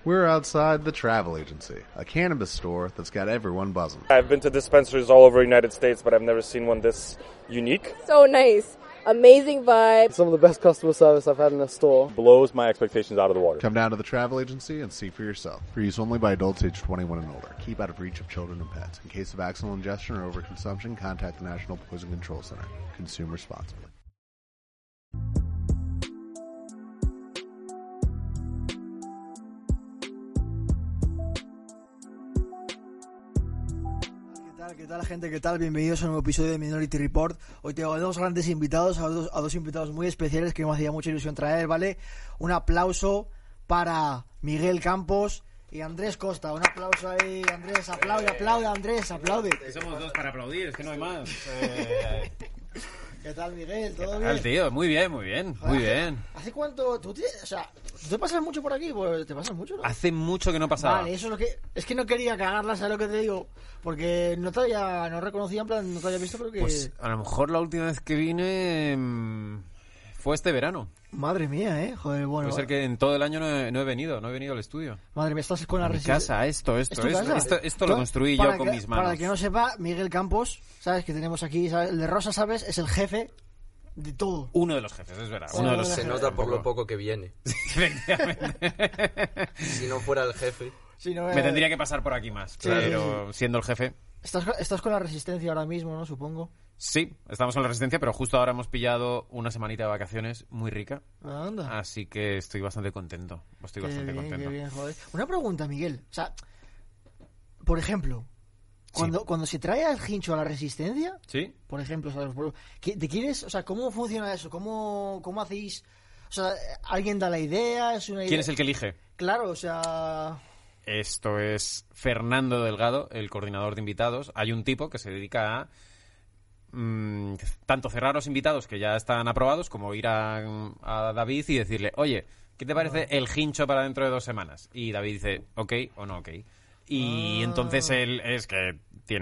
We're outside the Travel Agency, a cannabis store that's got everyone buzzing. I've been to dispensaries all over the United States, but I've never seen one this unique. So nice. Amazing vibe. Some of the best customer service I've had in a store. Blows my expectations out of the water. Come down to the Travel Agency and see for yourself. For use only by adults age 21 and older. Keep out of reach of children and pets. In case of accidental ingestion or overconsumption, contact the National Poison Control Center. Consume responsibly. ¿Qué tal, gente? ¿Qué tal? Bienvenidos a un nuevo episodio de Minority Report. Hoy tengo a dos grandes invitados, a dos invitados muy especiales que me hacía mucha ilusión traer, ¿vale? Un aplauso para Miguel Campos y Andrés Costa. Un aplauso ahí, Andrés. Aplaude, Andrés, aplaude. Somos dos para aplaudir, es que no hay más. ¿Qué tal, Miguel? ¿Todo ¿Qué bien? tal, tío? Muy bien. ¿Hace cuánto? ¿Tú te pasas mucho por aquí? Pues te pasas mucho, ¿no? Hace mucho que no pasaba. Vale, eso es lo que... Es que no quería cagarla, ¿sabes lo que te digo? Porque no reconocía, en plan, no te había visto, creo que... Pues a lo mejor la última vez que vine fue este verano. Madre mía, joder, bueno... Puede ser que en todo el año no he venido al estudio. Madre mía, estás con la Mi resistencia. casa, esto lo construí yo con mis manos. Para el que no sepa, Miguel Campos, ¿sabes? Que tenemos aquí, ¿sabes? El de Rosa, ¿sabes? Es el jefe de todo. Uno de los jefes, es verdad. Se nota por lo poco que viene. Efectivamente. Si no fuera el jefe... Sí, no, Me tendría que pasar por aquí más, sí, pero siendo el jefe... Estás con la resistencia ahora mismo, ¿no? Supongo. Sí, estamos en la resistencia, pero justo ahora hemos pillado una semanita de vacaciones muy rica. Anda. Así que estoy bastante contento. Qué bien, joder. Una pregunta, Miguel. O sea, por ejemplo, cuando se trae al hincho a la resistencia, ¿sí? Por ejemplo, ¿sabes? ¿De quién es? O sea, ¿cómo funciona eso? ¿Cómo hacéis? O sea, ¿alguien da la idea? ¿Es una idea? ¿Quién es el que elige? Claro, o sea... Esto es Fernando Delgado, el coordinador de invitados. Hay un tipo que se dedica a tanto cerrar los invitados que ya están aprobados como ir a David y decirle, oye, ¿qué te parece el hincho para dentro de 2 semanas? Y David dice, ok o no ok. Y entonces él es que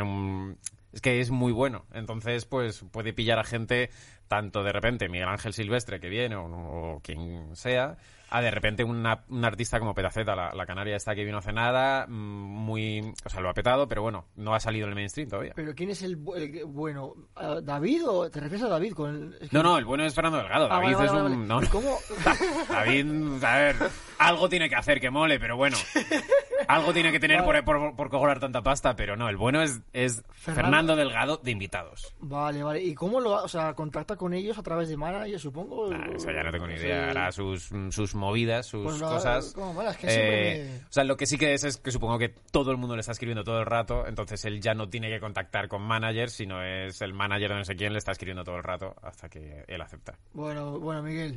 es muy bueno. Entonces, pues puede pillar a gente, tanto de repente Miguel Ángel Silvestre que viene o quien sea, a de repente un artista como Petaceta, la canaria esta que vino hace nada, o sea, lo ha petado, pero bueno, no ha salido en el mainstream todavía. ¿Pero quién es el bueno? ¿David o te refieres a David? No, el bueno es Fernando Delgado. David es un... No. ¿Cómo? David, a ver, algo tiene que hacer que mole, pero bueno, algo tiene que tener por cobrar tanta pasta, pero no, el bueno es Fernando Delgado de invitados. Vale. ¿Y cómo contacta con ellos a través de manager, supongo? O sea, ya no tengo ni idea. Hará sus movidas, sus cosas. Es que siempre O sea, lo que sí que es que supongo que todo el mundo le está escribiendo todo el rato, entonces él ya no tiene que contactar con manager, sino es el manager de no sé quién le está escribiendo todo el rato hasta que él acepta. Bueno, Miguel.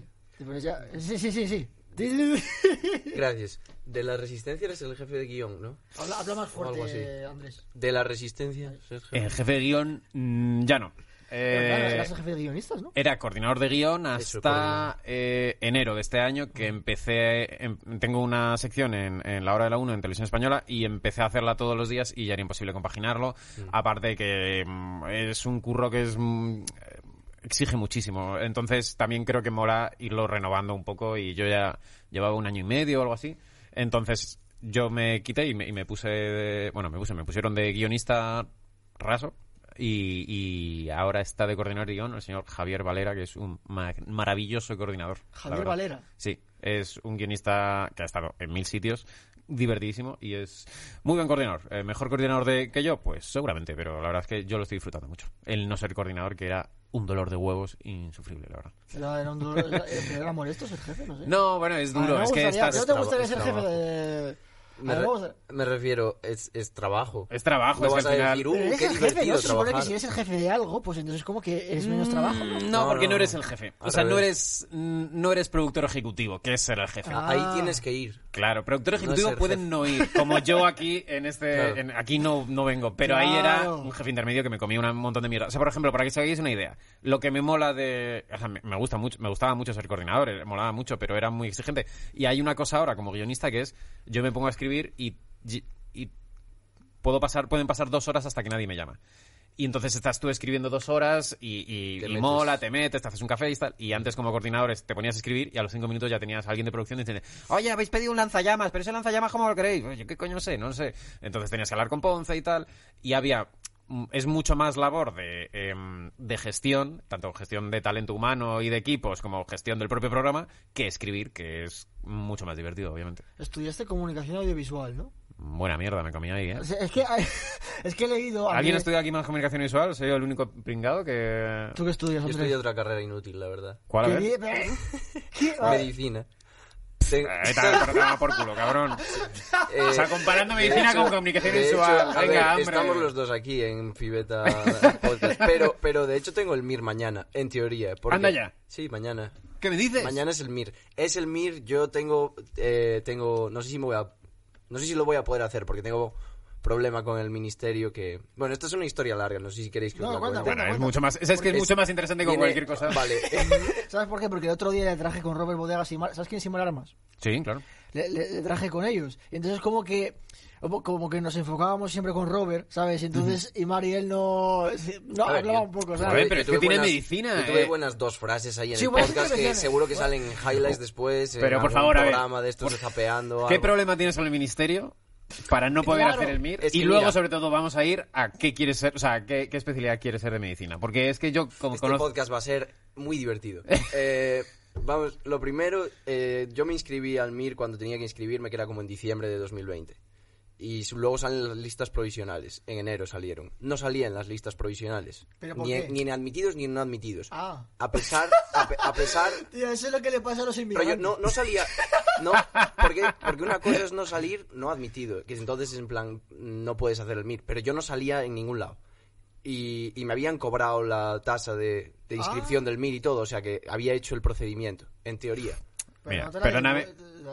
Sí. Gracias. De la Resistencia eres el jefe de guión, ¿no? Habla más fuerte, Andrés. De la Resistencia El jefe de guión ya no. Eras el jefe de guionistas, ¿no? Era coordinador de guión hasta enero de este año, que tengo una sección en La Hora de la 1 en Televisión Española y empecé a hacerla todos los días y ya era imposible compaginarlo. Aparte de que es un curro que exige muchísimo. Entonces también creo que mola irlo renovando un poco y yo ya llevaba 1 año y medio o algo así. Entonces yo me quité y me pusieron de guionista raso. Y ahora está de coordinador de guión el señor Javier Valera, que es un maravilloso coordinador. ¿Javier Valera? Sí, es un guionista que ha estado en 1000 sitios, divertidísimo y es muy buen coordinador. ¿Mejor coordinador que yo? Pues seguramente, pero la verdad es que yo lo estoy disfrutando mucho. El no ser coordinador, que era un dolor de huevos insufrible, la verdad. ¿Era un dolor? ¿Era molesto ser jefe? No sé. No, bueno, es duro. Es que ¿No te gustaría ser jefe de...? Me refiero, es trabajo. Es trabajo, no es vas que al a final... decir, qué qué divertido ¿no? Se supone trabajar. que si eres el jefe de algo, pues entonces como que es menos trabajo, ¿no? No, porque no eres el jefe. O sea, no revés. eres productor ejecutivo, que es ser el jefe. Ahí tienes que ir. Claro, productor ejecutivo ser pueden jefe. no ir. Como yo aquí, Claro. aquí no vengo. Pero ahí era un jefe intermedio que me comía un montón de mierda. O sea, por ejemplo, para que os hagáis una idea, lo que me mola o sea, me gustaba mucho ser coordinador, me molaba mucho, pero era muy exigente. Y hay una cosa ahora como guionista que es, yo me pongo a escribir y pueden pasar 2 horas hasta que nadie me llama. Y entonces estás tú escribiendo 2 horas y mola, te metes, te haces un café y tal. Y antes como coordinadores te ponías a escribir y a los 5 minutos ya tenías a alguien de producción diciendo, oye, habéis pedido un lanzallamas, pero ese lanzallamas ¿cómo lo queréis? Oye, ¿qué coño sé? No lo sé. Entonces tenías que hablar con Ponce y tal. Y es mucho más labor de gestión, tanto gestión de talento humano y de equipos como gestión del propio programa, que escribir, que es mucho más divertido, obviamente. Estudiaste comunicación audiovisual, ¿no? Buena mierda, me comí ahí, ¿eh? Es que he leído... ¿Alguien estudia aquí más comunicación visual? ¿Soy yo el único pringado que...? ¿Tú qué estudias, Yo Andrés? estudié otra carrera inútil, la verdad. ¿Cuál, a ver? Medicina. Pero por culo, cabrón. O sea, comparando medicina con comunicación de hecho, visual. a Venga, ver, hombre. estamos los dos aquí en Fibeta Podcast. Pero de hecho tengo el MIR mañana, en teoría. Anda ya. Sí, mañana. ¿Qué me dices? Mañana es el MIR. Es el MIR, yo tengo... no sé si lo voy a poder hacer porque tengo problema con el ministerio que... Bueno, esta es una historia larga, no sé si queréis que os la cuente. Bueno, es mucho más... Es que es mucho más interesante que cualquier cosa. Vale. ¿Sabes por qué? Porque el otro día le traje con Robert Bodegas y ¿sabes quién es Simar Armas? Sí, claro. Le traje con ellos. Y entonces como que nos enfocábamos siempre con Robert, ¿sabes? Y entonces Imar y él no hablaba un poco, ¿sabes? Pero es que tiene medicina. Yo tuve buenas 2 frases ahí en el podcast que seguro que salen en highlights después. Pero en por favor, programa de estos de zapeando. ¿Qué problema tienes con el ministerio para no poder hacer el MIR? Y luego, sobre todo, vamos a ir a qué quieres ser, o sea, qué especialidad quieres ser de medicina. Porque es que yo podcast va a ser muy divertido. Vamos, lo primero, yo me inscribí al MIR cuando tenía que inscribirme, que era como en diciembre de 2020. Y luego salen las listas provisionales. En enero salieron. No salían las listas provisionales. Ni en admitidos ni en no admitidos. A pesar... Tío, eso es lo que le pasa a los inmigrantes. Pero no salía... No, porque una cosa es no salir, no admitido. Que entonces, en plan, no puedes hacer el MIR. Pero yo no salía en ningún lado. Y me habían cobrado la tasa de inscripción del MIR y todo. O sea, que había hecho el procedimiento, en teoría. Mira, perdóname.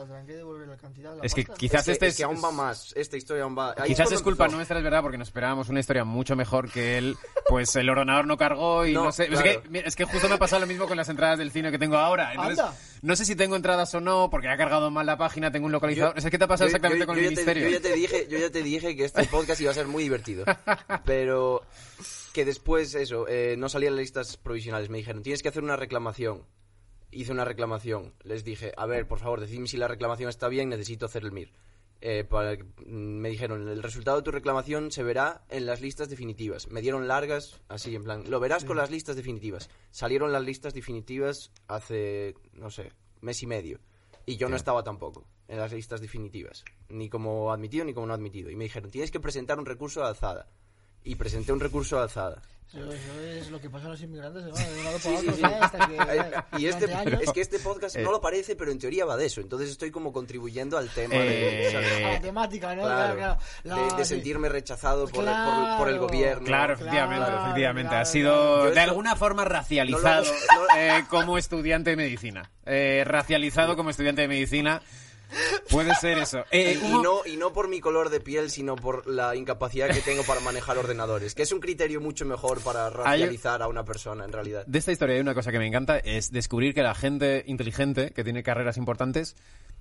Es que quizás es que aún va más. Esta historia aún va. Quizás es culpa nuestra, es verdad, porque nos esperábamos una historia mucho mejor que él. Pues el ordenador no cargó y no sé. Claro. Es que justo me ha pasado lo mismo con las entradas del cine que tengo ahora. Entonces, no sé si tengo entradas o no, porque ha cargado mal la página, tengo un localizador. ¿Qué te ha pasado exactamente con el ministerio? Yo ya te dije que este podcast iba a ser muy divertido. Pero que después, no salían las listas provisionales. Me dijeron, tienes que hacer una reclamación. Hice una reclamación. Les dije, a ver, por favor, decidme si la reclamación está bien, necesito hacer el MIR. Me dijeron, el resultado de tu reclamación se verá en las listas definitivas. Me dieron largas, así en plan, lo verás con las listas definitivas. Salieron las listas definitivas hace, no sé, mes y medio. Y yo no estaba tampoco en las listas definitivas. Ni como admitido ni como no admitido. Y me dijeron, tienes que presentar un recurso de alzada. Y presenté un recurso de alzada. Eso es lo que pasa a los inmigrantes, ¿no? De un lado para otro, hasta que... Y es que este podcast no lo parece, pero en teoría va de eso. Entonces estoy como contribuyendo al tema de... A la temática, ¿no? Claro. De sentirme rechazado por el gobierno. Claro, efectivamente. Ha sido de alguna forma racializado como estudiante de medicina. Racializado como estudiante de medicina. Puede ser eso. Y no por mi color de piel, sino por la incapacidad que tengo para manejar ordenadores, que es un criterio mucho mejor para racializar a una persona, en realidad. De esta historia hay una cosa que me encanta, es descubrir que la gente inteligente, que tiene carreras importantes,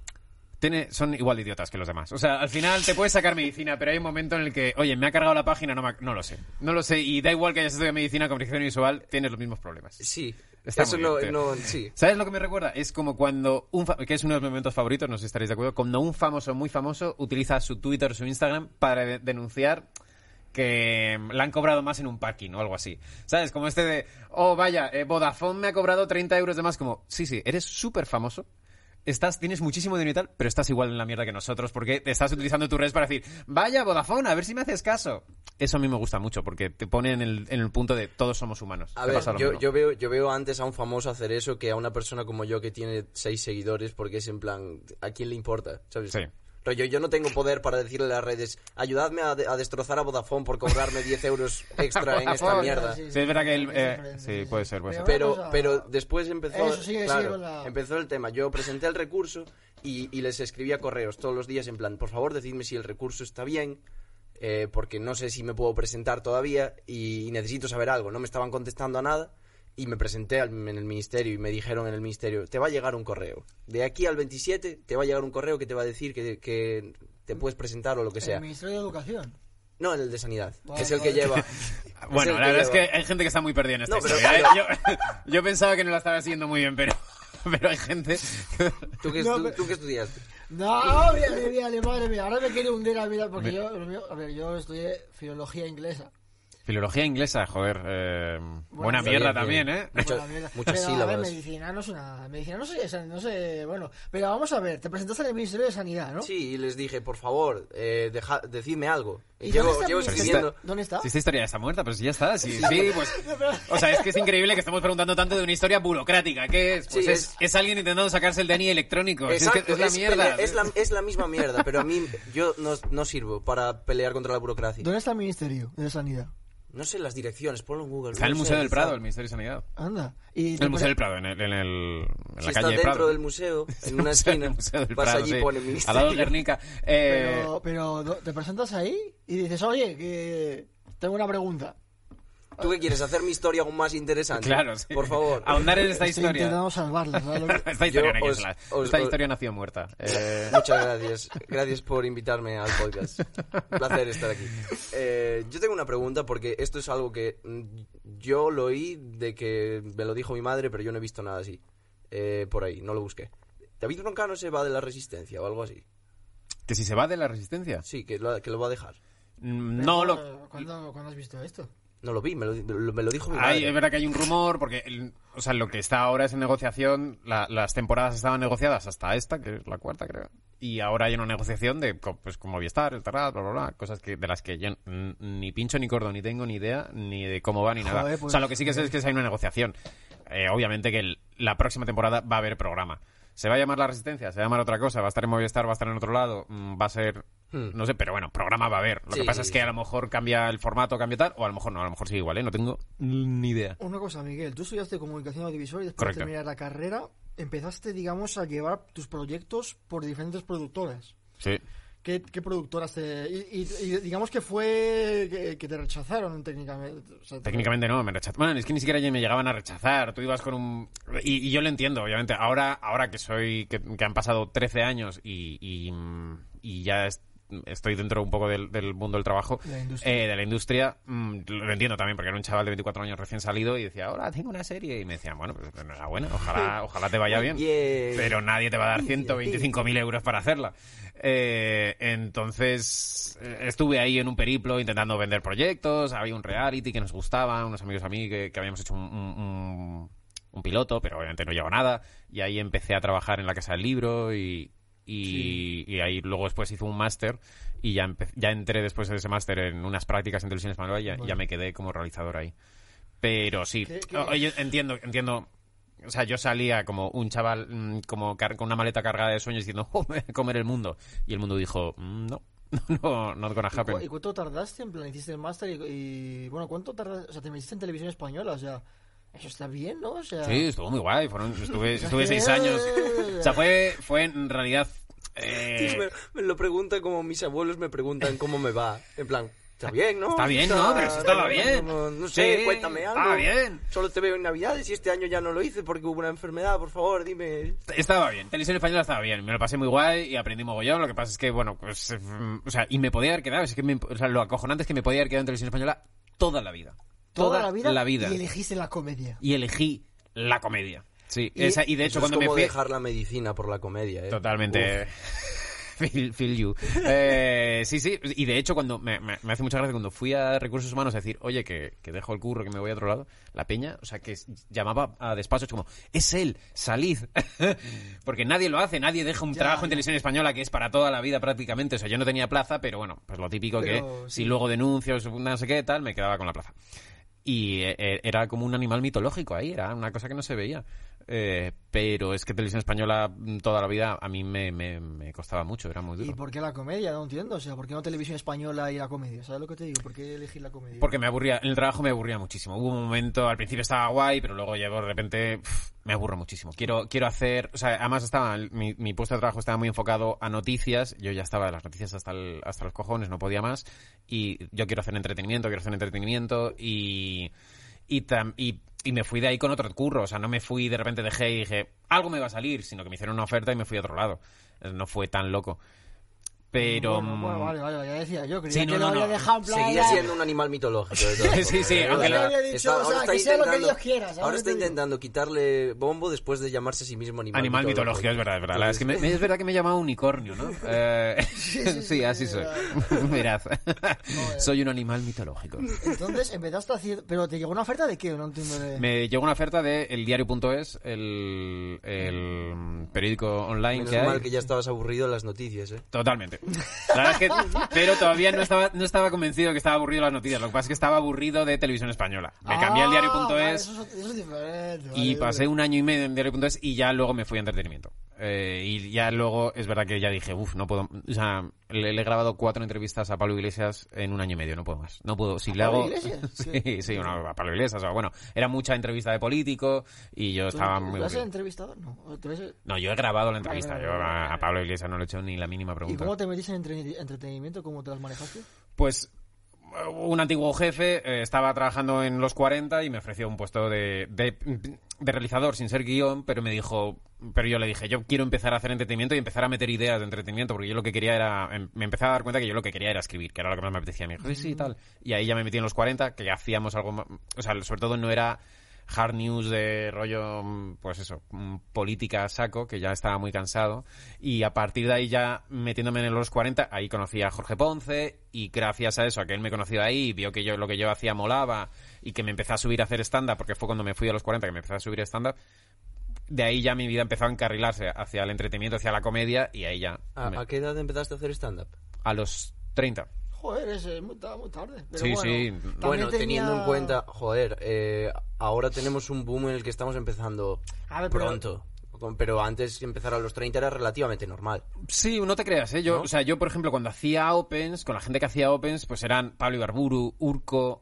son igual de idiotas que los demás. O sea, al final te puedes sacar medicina, pero hay un momento en el que, oye, me ha cargado la página, no lo sé. Y da igual que hayas estudiado medicina, comunicación visual, tienes los mismos problemas. Sí. Está eso muy bien, sí. ¿Sabes lo que me recuerda? Es como cuando que es uno de los momentos favoritos, no sé si estaréis de acuerdo, cuando un famoso muy famoso utiliza su Twitter o su Instagram para denunciar que la han cobrado más en un parking o algo así. ¿Sabes? Como este de, vaya, Vodafone me ha cobrado 30 euros de más. Como, sí, eres súper famoso. Tienes muchísimo dinero y tal, pero estás igual en la mierda que nosotros porque te estás utilizando tus redes para decir, vaya Vodafone, a ver si me haces caso. Eso a mí me gusta mucho porque te pone en el punto de todos somos humanos. A ver, yo veo antes a un famoso hacer eso que a una persona como yo que tiene 6 seguidores, porque es en plan, ¿a quién le importa? ¿Sabes? Sí. Pero yo no tengo poder para decirle a las redes, ayudadme a destrozar a Vodafone por cobrarme 10 euros extra en esta mierda. Sí, es verdad que sí, puede ser. Pero después empezó, eso empezó el tema. Yo presenté el recurso y les escribía correos todos los días en plan, por favor, decidme si el recurso está bien, porque no sé si me puedo presentar todavía y necesito saber algo. No me estaban contestando a nada. Y me presenté en el ministerio y me dijeron en el ministerio, te va a llegar un correo. De aquí al 27 te va a llegar un correo que te va a decir que te puedes presentar o lo que sea. ¿El Ministerio de Educación? No, en el de sanidad, que es el que lleva... Bueno, la verdad es que hay gente que está muy perdida en esta historia. Yo pensaba que no la estaba siguiendo muy bien, pero hay gente... ¿Tú qué estudiaste? No, mira, madre mía, ahora me quiere hundir a mirar, porque yo estudié filología inglesa. Filología inglesa, joder, buena mierda también, ¿eh? Muchas sílabas. A ver, medicina no sé, bueno, pero vamos a ver, te presentaste en el Ministerio de Sanidad, ¿no? Sí, y les dije, por favor, decidme algo. ¿Y llevo escribiendo... ¿Dónde está? Si esta historia ya está muerta, pero si ya está, sí, pues... O sea, es que es increíble que estemos preguntando tanto de una historia burocrática, ¿qué es? Pues sí, es alguien intentando sacarse el DNI electrónico, Exacto, es la mierda. Es la misma mierda, pero a mí, yo no sirvo para pelear contra la burocracia. ¿Dónde está el Ministerio de Sanidad? No sé las direcciones, ponlo en Google. Está en el Museo del Prado, el Ministerio de Sanidad. Anda. El Museo del Prado, en la si calle de Prado. Está dentro del museo, en una esquina. Vas allí, pone Ministerio. Al lado de Guernica. Pero te presentas ahí y dices, oye, que tengo una pregunta. ¿Tú qué quieres? ¿Hacer mi historia aún más interesante? Claro, sí. Por favor. Ahondar en esta Estoy historia. intentando salvarla, ¿sabes? Esta historia nació muerta. Muchas gracias. Gracias por invitarme al podcast. Un placer estar aquí. Yo tengo una pregunta porque esto es algo que yo lo oí de que me lo dijo mi madre, pero yo no he visto nada así. Por ahí, no lo busqué. ¿David Broncano se va de la Resistencia o algo así? ¿Que si se va de la Resistencia? Sí, que lo va a dejar. ¿Cuándo has visto esto? No lo vi, me lo dijo mi madre. Es verdad que hay un rumor, porque lo que está ahora es en negociación. Las temporadas estaban negociadas hasta esta, que es la cuarta, creo. Y ahora hay una negociación de, pues, con Movistar, el Terrat, bla, bla, bla. Cosas de las que yo ni pincho ni cordo, ni tengo ni idea, ni de cómo va, ni nada. Pues, o sea, lo que sí que sé es que hay una negociación. Obviamente que la próxima temporada va a haber programa. ¿Se va a llamar La Resistencia? ¿Se va a llamar otra cosa? ¿Va a estar en Movistar? ¿Va a estar en otro lado? ¿Va a ser...? No sé, pero bueno, programa va a haber. Lo que pasa es que a lo mejor cambia el formato, cambia tal, o a lo mejor no, a lo mejor sigue igual, ¿eh? No tengo ni idea. Una cosa, Miguel, tú estudiaste comunicación audiovisual y después de terminar la carrera empezaste, digamos, a llevar tus proyectos por diferentes productoras. Sí. ¿Qué productoras te...? Y digamos que fue que te rechazaron técnicamente. O sea, técnicamente no, me rechazaron. Bueno, es que ni siquiera me llegaban a rechazar. Tú ibas con un... Y yo lo entiendo, obviamente. Ahora que han pasado 13 años y ya estoy dentro un poco del mundo del trabajo, de la industria, lo entiendo también, porque era un chaval de 24 años recién salido y decía, ahora tengo una serie, y me decían, bueno, pues enhorabuena, ojalá te vaya bien, pero nadie te va a dar 125.000 euros para hacerla. Entonces estuve ahí en un periplo intentando vender proyectos, había un reality que nos gustaba, unos amigos a mí que habíamos hecho un piloto, pero obviamente no llegó a nada, y ahí empecé a trabajar en la Casa del Libro y ahí luego después hice un máster y ya entré después de ese máster en unas prácticas en Televisión Española y ya me quedé como realizador ahí. Pero sí, oye, entiendo. O sea, yo salía como un chaval con una maleta cargada de sueños diciendo, me voy a comer el mundo. Y el mundo dijo, no, not gonna happen. ¿Y cuánto tardaste? En plan, hiciste el máster y bueno, ¿cuánto tardaste? O sea, te metiste en Televisión Española, o sea... Eso está bien, ¿no? O sea... Sí, estuvo muy guay. Estuve 6 años. O sea, fue en realidad... Me lo preguntan como mis abuelos me preguntan cómo me va. En plan, está bien, ¿no? Está bien, ¿no? Pero eso estaba bien. No sé, sí, cuéntame algo. Estaba bien. Solo te veo en Navidades y este año ya no lo hice porque hubo una enfermedad. Por favor, dime. Estaba bien. Televisión Española estaba bien. Me lo pasé muy guay y aprendí mogollón. Lo que pasa es que, bueno, pues... O sea, y me podía haber quedado. Es que lo acojonante es que me podía haber quedado en Televisión Española toda la vida. Toda la vida. Y elegiste la comedia. Y elegí la comedia. Sí, y de hecho cuando me fui... dejar la medicina por la comedia, ¿eh? Totalmente. Feel you. Sí. Y de hecho cuando me hace mucha gracia cuando fui a Recursos Humanos a decir, oye, que dejo el curro, que me voy a otro lado, la peña, o sea, que llamaba a despachos como, es él, salid. Porque nadie lo hace, nadie deja un trabajo en Televisión Española que es para toda la vida prácticamente. O sea, yo no tenía plaza, pero bueno, pues lo típico si luego denuncio, no sé qué tal, me quedaba con la plaza. Y era como un animal mitológico ahí, era una cosa que no se veía. Pero es que Televisión Española toda la vida a mí me costaba mucho, era muy duro. ¿Y por qué la comedia? No entiendo, o sea, ¿por qué no Televisión Española y la comedia? ¿Sabes lo que te digo? ¿Por qué elegir la comedia? Porque me aburría, en el trabajo me aburría muchísimo. Hubo un momento, al principio estaba guay, pero luego llegó de repente, me aburro muchísimo. Quiero hacer, o sea, además mi puesto de trabajo estaba muy enfocado a noticias, yo ya estaba de las noticias hasta los cojones, no podía más, y yo quiero hacer entretenimiento y me fui de ahí con otro curro, o sea, no me fui, de repente dejé y dije, algo me va a salir, sino que me hicieron una oferta y me fui a otro lado. No fue tan loco. pero... Bueno, vale, ya decía yo. Creía Sí, que lo había dejado en plan... Seguía siendo un animal mitológico. De todas Sí, formas. aunque le había dicho, que sea lo que Dios quiera. ¿sabes? Ahora está intentando quitarle bombo después de llamarse a sí mismo animal mitológico, es verdad. Entonces, Es que es verdad que me he llamado unicornio, ¿no? Sí, así soy. Mirad, soy un animal mitológico. Entonces empezaste a hacer... ¿Pero te llegó una oferta de qué? No entiendo. Me llegó una oferta de eldiario.es, el periódico online menos que hay. mal que ya estabas aburrido de las noticias, ¿eh? Totalmente. La verdad es que, pero todavía no estaba convencido de que estaba aburrido de las noticias. Lo que pasa es que estaba aburrido de Televisión Española. Me cambié al diario.es vale, eso es diferente. y pasé un año y medio en diario.es y ya luego me fui a entretenimiento. Y ya luego es verdad que ya dije, no puedo. O sea, le he grabado 4 entrevistas a Pablo Iglesias en un año y medio, no puedo más. No puedo. Si le hago. Sí, a Pablo Iglesias. O bueno, era mucha entrevista de político y yo estaba muy. ¿Tú has entrevistado? No, yo he grabado la entrevista. Yo a Pablo Iglesias no le he hecho ni la mínima pregunta. ¿Y cómo te metiste en entretenimiento? ¿Cómo te las manejaste? Pues un antiguo jefe estaba trabajando en Los 40 y me ofreció un puesto de realizador sin ser guión, pero yo le dije, yo quiero empezar a hacer entretenimiento y empezar a meter ideas de entretenimiento, porque yo lo que quería era, me empecé a dar cuenta que yo lo que quería era escribir, que era lo que más me apetecía. Me dijo, sí, y tal. Y ahí ya me metí en Los 40, que hacíamos algo más, o sea, sobre todo no era hard news de rollo, pues eso, política a saco, que ya estaba muy cansado, y a partir de ahí ya metiéndome en Los 40, ahí conocí a Jorge Ponce, y gracias a eso, a que él me conoció ahí, vio que lo que yo hacía molaba, y que me empecé a subir a hacer stand-up, porque fue cuando me fui a Los 40 que me empecé a subir a stand-up. De ahí ya mi vida empezó a encarrilarse hacia el entretenimiento, hacia la comedia, y ahí ya... ¿A qué edad empezaste a hacer stand-up? A los 30. Joder, es muy tarde. Pero Sí. Bueno, teniendo en cuenta, ahora tenemos un boom en el que estamos empezando pronto. Pero antes empezar a los 30 era relativamente normal. Sí, no te creas, ¿eh? Yo, ¿no? O sea, yo, por ejemplo, cuando hacía Opens, con la gente que hacía Opens, pues eran Pablo Ibarburu, Urco...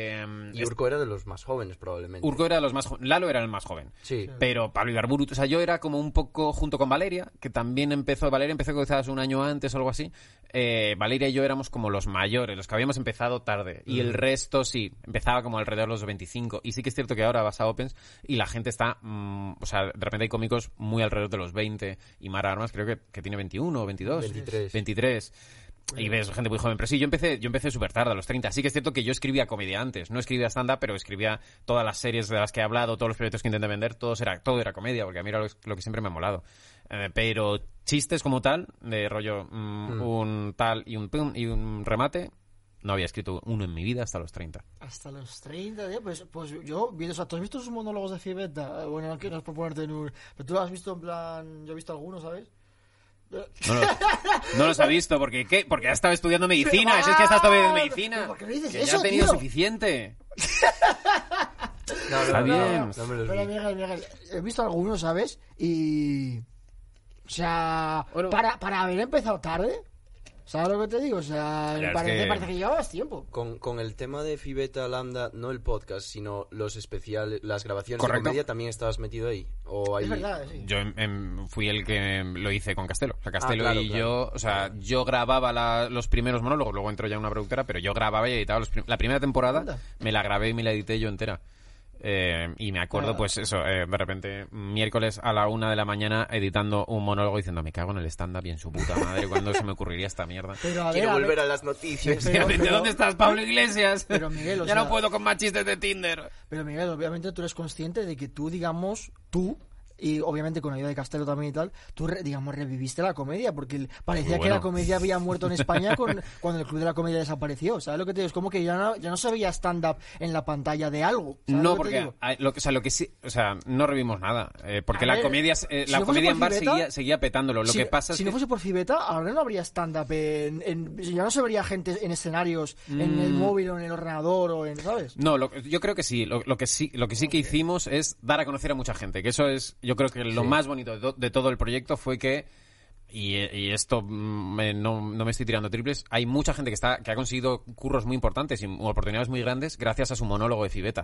y Urco era de los más jóvenes, probablemente. Urco era de los más jóvenes. Lalo era el más joven. Sí. Pero Pablo Ibarburu... O sea, yo era como un poco junto con Valeria, que también empezó... Valeria empezó quizás un año antes o algo así. Valeria y yo éramos como los mayores, los que habíamos empezado tarde. Y el resto, sí, empezaba como alrededor de los 25. Y sí que es cierto que ahora vas a Opens y la gente está... o sea, de repente hay cómicos muy alrededor de los 20. Y Mara Armas creo que tiene 21 o 22. 23. Y ves gente muy joven. Pero sí, yo empecé súper tarde, a los 30. Sí que es cierto que yo escribía comedia antes. No escribía stand-up, pero escribía todas las series de las que he hablado, todos los proyectos que intenté vender, todo era comedia, porque a mí era lo que siempre me ha molado. Pero chistes como tal, de rollo un tal y un pum y un remate, no había escrito uno en mi vida hasta los 30. Hasta los 30, pues yo vi, o sea, ¿tú has visto sus monólogos de Fibeta? Bueno, que no es por ponerte en un... Pero tú lo has visto en plan... Yo he visto algunos, ¿sabes? No los ha visto, ¿porque qué? Porque ha estado estudiando medicina. Es que ha estado estudiando medicina. ¿Por qué me dices que eso, ya ha tenido tío? Suficiente. No, está bien. No me los vi. Pero Miguel, he visto algunos, ¿sabes? Y... O sea, bueno, para haber empezado tarde... ¿Sabes lo que te digo? O sea, parece que llevabas tiempo. Con el tema de Fibeta Lambda, no el podcast, sino los especiales, las grabaciones Correcto. de comedia, ¿también estabas metido ahí? ¿O ahí... Es verdad, sí. Yo fui el que lo hice con Castelo. O sea, Castelo claro, y claro. yo... O sea, yo grababa los primeros monólogos, luego entró ya una productora, pero yo grababa y editaba la primera temporada, me la grabé y me la edité yo entera. Y me acuerdo, pues eso, de repente, miércoles a la 1 de la mañana editando un monólogo diciendo, me cago en el stand-up y en su puta madre, ¿cuándo se me ocurriría esta mierda? Pero Quiero volver a las noticias. ¿De dónde estás, Pablo Iglesias? Pero Miguel, ya no puedo con más chistes de Tinder. Pero Miguel, obviamente tú eres consciente de que tú, y obviamente con la ayuda de Castelo también y tal, tú, digamos, reviviste la comedia, porque parecía que la comedia había muerto en España cuando el Club de la Comedia desapareció. ¿Sabes lo que te digo? Es como que ya no se veía stand-up en la pantalla de algo. No, porque lo que sí, o sea, no revimos nada, porque la comedia en bar seguía petándolo. Lo que pasa es si no fuese por Fibeta, ahora no habría stand-up ya no se vería gente en escenarios, en el móvil o en el ordenador o en, ¿sabes? No, yo creo que sí. Lo que sí que hicimos es dar a conocer a mucha gente, que eso es, yo creo que lo más bonito de todo el proyecto fue que, y esto no me estoy tirando triples, hay mucha gente que ha conseguido curros muy importantes y oportunidades muy grandes gracias a su monólogo de Fibeta.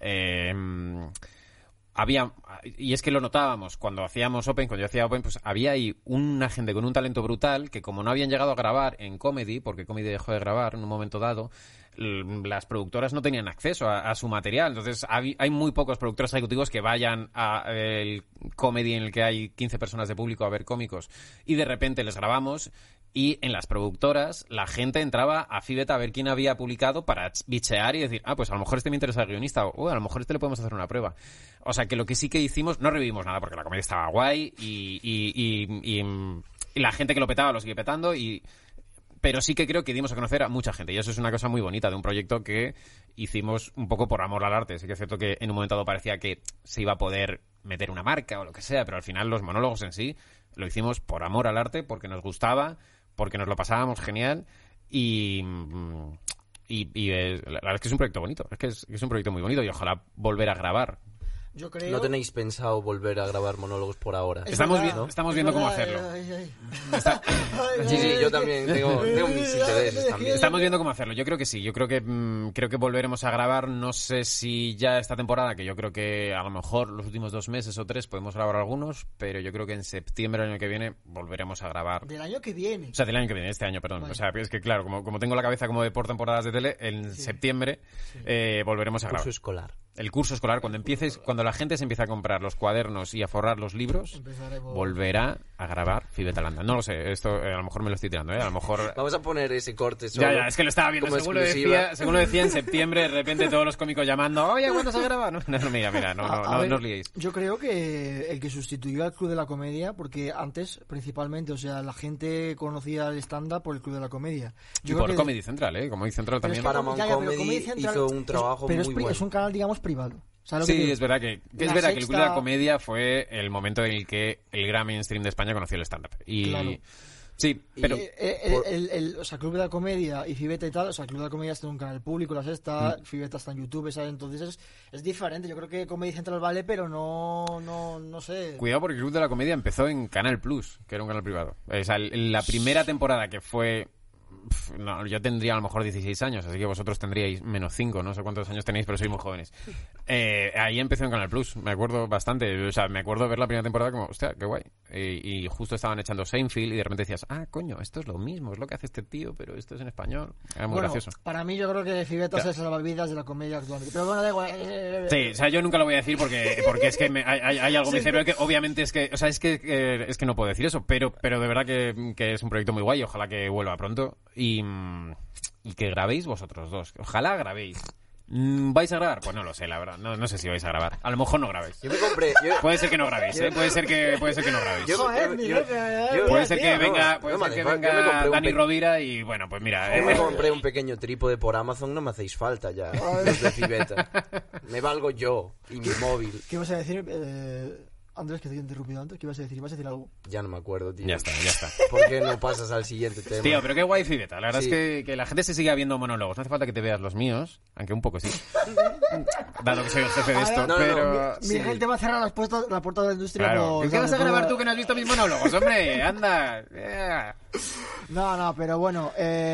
Y es que lo notábamos cuando yo hacía Open, pues había ahí una gente con un talento brutal que, como no habían llegado a grabar en Comedy, porque Comedy dejó de grabar en un momento dado, las productoras no tenían acceso a su material. Entonces hay muy pocos productores ejecutivos que vayan a el Comedy en el que hay 15 personas de público a ver cómicos, y de repente les grabamos Y en las productoras, la gente entraba a Fibeta a ver quién había publicado para bichear y decir, pues a lo mejor este me interesa el guionista, o a lo mejor este le podemos hacer una prueba. O sea, que lo que sí que hicimos, no revivimos nada porque la comedia estaba guay y la gente que lo petaba lo sigue petando, pero sí que creo que dimos a conocer a mucha gente. Y eso es una cosa muy bonita de un proyecto que hicimos un poco por amor al arte. Sí que es cierto que en un momento dado parecía que se iba a poder meter una marca o lo que sea, pero al final los monólogos en sí lo hicimos por amor al arte, porque nos gustaba, porque nos lo pasábamos genial y la verdad es que es un proyecto bonito, es que es un proyecto muy bonito y ojalá volver a grabar. Yo creo... ¿No tenéis pensado volver a grabar monólogos por ahora? Estamos viendo cómo hacerlo. Sí, yo también tengo mis intereses también. Estamos viendo cómo hacerlo. Yo creo que sí. Yo creo que volveremos a grabar. No sé si ya esta temporada, que yo creo que a lo mejor los últimos 2 meses o 3 podemos grabar algunos, pero yo creo que en septiembre del año que viene volveremos a grabar. ¿Del año que viene? O sea, del año que viene, este año, perdón. Vale. O sea, es que claro, como tengo la cabeza como de por temporadas de tele, en septiembre volveremos a grabar. Curso escolar. El curso escolar, cuando la gente se empieza a comprar los cuadernos y a forrar los libros, volverá a grabar Fibeta Landa. No lo sé, esto a lo mejor me lo estoy tirando, a lo mejor... Vamos a poner ese corte solo. Ya, es que lo estaba viendo, según lo decía en septiembre, de repente todos los cómicos llamando, oye, ¿cuándo se graba? No, mira, no os liéis. Yo creo que el que sustituyó al Club de la Comedia, porque antes, principalmente, o sea, la gente conocía el stand-up por el Club de la Comedia. Y por Comedy Central, Comedy Central también. Paramount Comedy hizo un trabajo muy bueno. Es un canal, digamos, privado. Sí, es verdad que el Club de la Comedia fue el momento en el que el gran mainstream de España conoció el stand-up. Claro. Sí, pero... o sea, Club de la Comedia y Fibeta y tal, o sea, Club de la Comedia está en un canal público, La Sexta, Fibeta está en YouTube, ¿sabes? Entonces es diferente. Yo creo que Comedy Central vale, pero no sé. Cuidado porque el Club de la Comedia empezó en Canal Plus, que era un canal privado. O sea, la primera temporada que fue... No, yo tendría a lo mejor 16 años, así que vosotros tendríais menos 5, no sé cuántos años tenéis, pero sois muy jóvenes. Ahí empezó en Canal Plus, me acuerdo bastante, o sea, me acuerdo ver la primera temporada como, hostia, qué guay. Y justo estaban echando Seinfeld y de repente decías, coño, esto es lo mismo, es lo que hace este tío, pero esto es en español. Era muy gracioso. Para mí yo creo que Fibeta se salva vidas de la comedia actualmente, pero bueno, da igual. Sí, o sea, yo nunca lo voy a decir porque es que hay algo en mi cerebro que obviamente es que, o sea, es que no puedo decir eso, pero de verdad que es un proyecto muy guay, ojalá que vuelva pronto y que grabéis vosotros dos. Ojalá grabéis. ¿Vais a grabar? Pues no lo sé, la verdad. No sé si vais a grabar. A lo mejor no grabéis. Yo me compré... Puede ser que no grabéis, Puede ser que no grabéis. Puede ser que venga Dani Rovira y bueno, pues mira... Yo me compré un pequeño trípode por Amazon, no me hacéis falta ya. Desde Fibeta. Me valgo yo y mi móvil. ¿Qué vas a decir? Andrés, que te he interrumpido antes, ¿qué ibas a decir? ¿Vas a decir algo? Ya no me acuerdo, tío. Ya está. ¿Por qué no pasas al siguiente tema? Tío, pero qué guay Fibeta. La verdad es que la gente se sigue viendo monólogos. No hace falta que te veas los míos, aunque un poco sí. Dado que soy el jefe de esto, pero... Mi gente va a cerrar la puerta de la industria. Claro. ¿Qué vas a grabar tú que no has visto mis monólogos, hombre? Anda. No, pero bueno...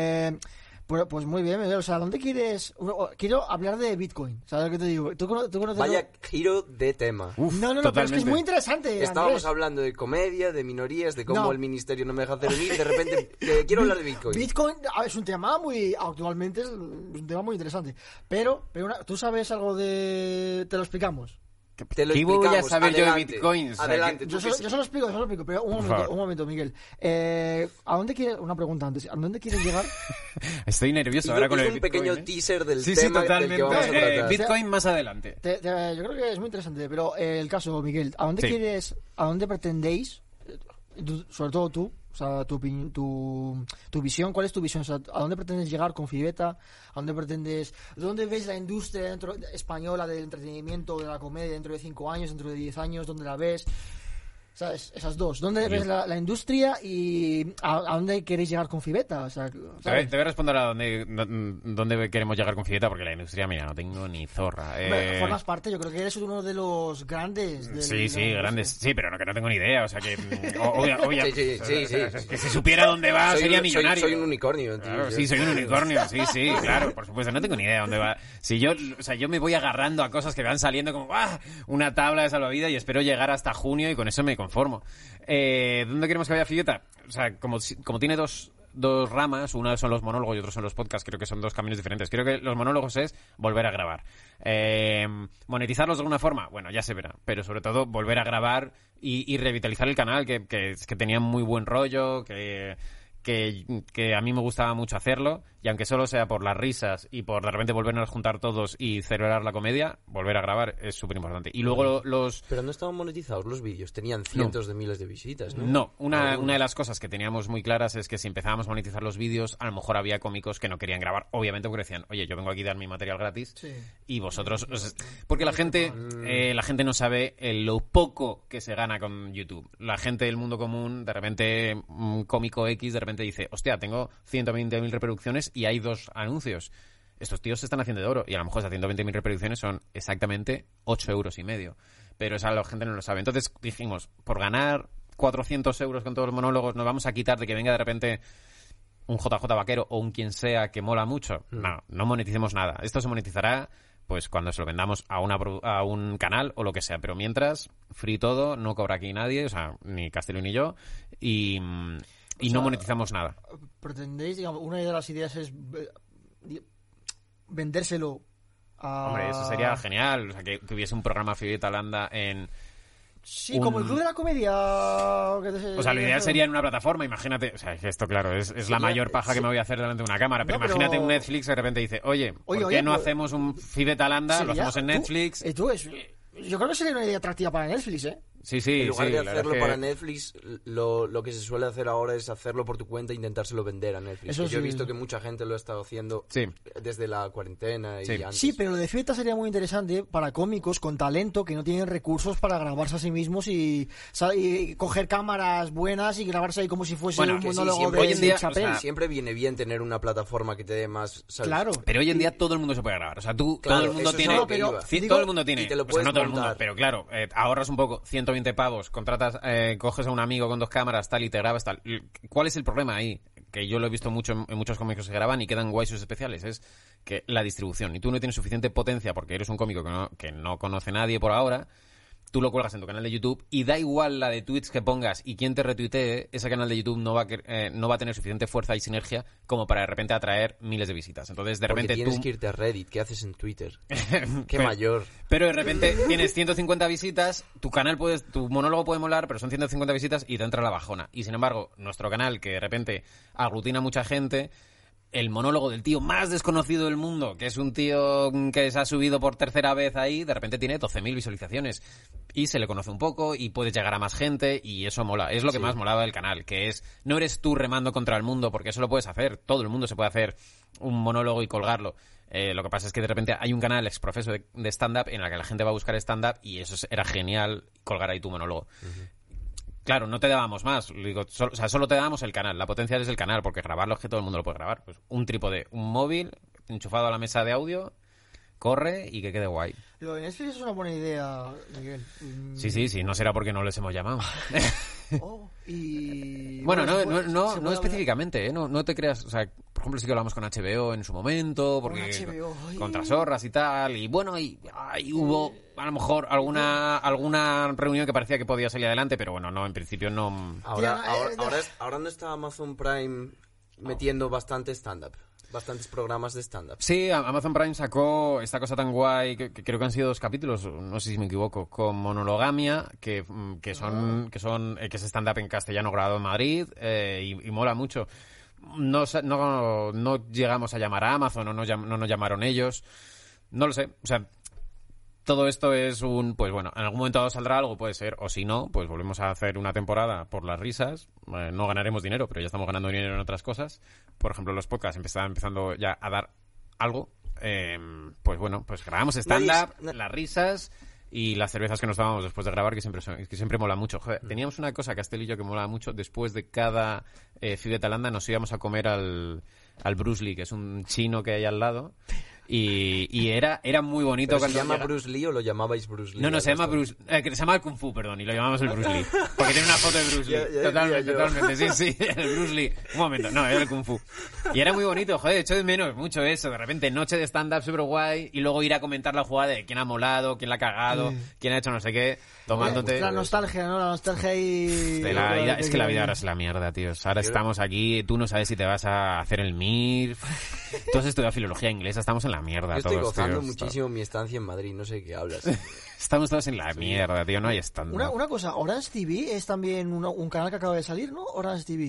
Pues muy bien, o sea, ¿dónde quieres...? Quiero hablar de Bitcoin, ¿sabes lo que te digo? ¿Tú conoces Vaya giro de tema. No, pero es que es muy interesante, Estábamos hablando de comedia, de minorías, de cómo el ministerio no me deja hacer unir, y de repente quiero hablar de Bitcoin. Bitcoin es un tema actualmente es un tema muy interesante, pero ¿tú sabes algo de...? ¿Te lo explicamos? Te lo ¿Qué voy a saber yo de bitcoins? Adelante. Yo se lo explico, pero un momento, Miguel. ¿A dónde quieres, una pregunta antes, ¿a dónde quieres llegar? Estoy nervioso ahora con el Bitcoin. Un pequeño teaser del tema sí, totalmente. Del que vamos a tratar. Bitcoin más adelante. Yo creo que es muy interesante, pero el caso, Miguel, ¿a dónde pretendéis, sobre todo tú, o sea, tu visión, ¿cuál es tu visión? O sea, ¿a dónde pretendes llegar con Fibeta? ¿Dónde ves la industria española del entretenimiento, de la comedia dentro de 5 años, dentro de 10 años? ¿Dónde la ves? ¿Sabes? Esas dos. ¿Dónde ves la industria y a dónde queréis llegar con Fibeta? O sea, te voy a responder a dónde queremos llegar con Fibeta, porque la industria, mira, no tengo ni zorra. Formas parte, yo creo que eres uno de los grandes. Grandes. Sí, pero que no tengo ni idea. O sea, que... Sí. Que si supiera dónde va, sería millonario. Soy un unicornio, tío. Claro, sí, soy un unicornio. Sí, claro, por supuesto. No tengo ni idea dónde va. Si yo me voy agarrando a cosas que van saliendo como una tabla de salvavidas y espero llegar hasta junio y con eso me conformo. ¿Dónde queremos que vaya Fibeta? O sea, como tiene dos ramas, una son los monólogos y otros son los podcasts, creo que son 2 caminos diferentes. Creo que los monólogos es volver a grabar. Monetizarlos de alguna forma, bueno, ya se verá, pero sobre todo volver a grabar y revitalizar el canal, que tenía muy buen rollo, que que a mí me gustaba mucho hacerlo, y aunque solo sea por las risas y por de repente volvernos a juntar todos y celebrar la comedia, volver a grabar es súper importante. Y luego Pero no estaban monetizados los vídeos, tenían cientos de miles de visitas, ¿no? No, una de las cosas que teníamos muy claras es que si empezábamos a monetizar los vídeos, a lo mejor había cómicos que no querían grabar, obviamente porque decían, oye, yo vengo aquí a dar mi material gratis, y vosotros... porque la gente no sabe lo poco que se gana con YouTube. La gente del mundo común, de repente, un cómico X, de repente dice, hostia, tengo 120.000 reproducciones y hay 2 anuncios. Estos tíos se están haciendo de oro, y a lo mejor esas 120.000 reproducciones son exactamente 8,5 €. Pero esa la gente no lo sabe. Entonces dijimos, por ganar 400 € con todos los monólogos, nos vamos a quitar de que venga de repente un JJ Vaquero o un quien sea que mola mucho. No moneticemos nada. Esto se monetizará pues cuando se lo vendamos a un canal o lo que sea. Pero mientras, free todo, no cobra aquí nadie, o sea, ni Castelló ni yo, y no monetizamos nada. ¿Pretendéis, digamos, una de las ideas es vendérselo a... Hombre, eso sería genial, o sea, que hubiese un programa Fibeta Landa en... Sí, como el Club de la Comedia. O sea, lo ideal sería en una plataforma, imagínate. O sea, esto, claro, es la mayor paja que me voy a hacer delante de una cámara. Pero imagínate un Netflix que de repente dice, oye, ¿por qué no hacemos un Fibeta Landa? Lo hacemos en Netflix. Yo creo que sería una idea atractiva para Netflix, ¿eh? Sí, en lugar de hacerlo para Netflix, lo que se suele hacer ahora es hacerlo por tu cuenta e intentárselo vender a Netflix. Yo he visto que mucha gente lo ha estado haciendo desde la cuarentena y antes. Sí, pero lo de Fibeta sería muy interesante para cómicos con talento que no tienen recursos para grabarse a sí mismos y coger cámaras buenas y grabarse ahí como si fuese un monólogo de hoy en día, siempre viene bien tener una plataforma que te dé más... ¿sabes? Claro. Pero hoy en día todo el mundo se puede grabar. O sea, todo el mundo tiene... todo el mundo tiene... Y te lo puedes no todo el mundo, montar. pero claro, ahorras un poco, 120 pavos, contratas, coges a un amigo con 2 cámaras, tal, y te grabas, tal. ¿Cuál es el problema ahí? Que yo lo he visto mucho en muchos cómicos que graban y quedan guays sus especiales, es que la distribución. Y tú no tienes suficiente potencia porque eres un cómico que no conoce nadie por ahora. Tú lo cuelgas en tu canal de YouTube y da igual la de tweets que pongas y quien te retuitee, ese canal de YouTube no va a tener suficiente fuerza y sinergia como para de repente atraer miles de visitas. Entonces, de repente tienes que irte a Reddit. ¿Qué haces en Twitter? ¡Qué mayor! Pero de repente tienes 150 visitas, tu monólogo puede molar, pero son 150 visitas y te entra la bajona. Y sin embargo, nuestro canal, que de repente aglutina mucha gente... El monólogo del tío más desconocido del mundo, que es un tío que se ha subido por tercera vez ahí, de repente tiene 12.000 visualizaciones. Y se le conoce un poco y puedes llegar a más gente y eso mola. Es lo que más molaba del canal, que es, no eres tú remando contra el mundo, porque eso lo puedes hacer. Todo el mundo se puede hacer un monólogo y colgarlo. Lo que pasa es que de repente hay un canal exprofeso de stand-up en el que la gente va a buscar stand-up y eso era genial, colgar ahí tu monólogo. Claro, no te dábamos más. Digo, solo te dábamos el canal. La potencia es el canal, porque grabarlo es que todo el mundo lo puede grabar. Pues un trípode, un móvil, enchufado a la mesa de audio, corre y que quede guay. Lo de Netflix es una buena idea, Miguel. Sí, no será porque no les hemos llamado. Bueno, no específicamente, ¿eh? No te creas, o sea, por ejemplo, sí que hablamos con HBO en su momento, porque contra Sorras y tal, y bueno, y hubo a lo mejor alguna reunión que parecía que podía salir adelante, pero bueno, no, en principio no. Ahora no está Amazon Prime metiendo bastante stand-up. Bastantes programas de stand-up. Sí, Amazon Prime sacó esta cosa tan guay, que creo que han sido 2 capítulos, no sé si me equivoco, con Monologamia, que es stand-up en castellano grabado en Madrid, y mola mucho. No llegamos a llamar a Amazon, no nos llamaron ellos, no lo sé, o sea, todo esto es pues bueno, en algún momento saldrá algo, puede ser, o si no, pues volvemos a hacer una temporada por las risas, no ganaremos dinero, pero ya estamos ganando dinero en otras cosas, por ejemplo los podcasts están empezando ya a dar algo, pues bueno, pues grabamos stand-up, las risas y las cervezas que nos tomamos después de grabar, que siempre mola mucho. Joder, teníamos una cosa, Castel y yo, que mola mucho, después de cada Fibeta Landa nos íbamos a comer al Bruce Lee, que es un chino que hay al lado. Y era muy bonito. ¿Pero se llama Bruce Lee o lo llamabais Bruce Lee? No, se llama Bruce... que se llama el Kung Fu, perdón, y lo llamamos el Bruce Lee. Porque tiene una foto de Bruce Lee. Totalmente, sí, el Bruce Lee. Un momento, no, era el Kung Fu. Y era muy bonito, joder, echo de menos mucho eso. De repente, noche de stand-up súper guay, y luego ir a comentar la jugada de quién ha molado, quién la ha cagado, quién ha hecho no sé qué, tomándote... La nostalgia, ¿no? La nostalgia ahí... Es que la vida ahora es la mierda, tío. Ahora estamos aquí, tú no sabes si te vas a hacer el MIR... Tú has estudiado filología inglesa, estamos en la mierda. Yo estoy todos, gozando tío, muchísimo mi estancia en Madrid, no sé de qué hablas. Estamos todos en la mierda, tío, no hay stand-up. Una cosa, Orange TV es también un canal que acaba de salir, ¿no? Orange TV.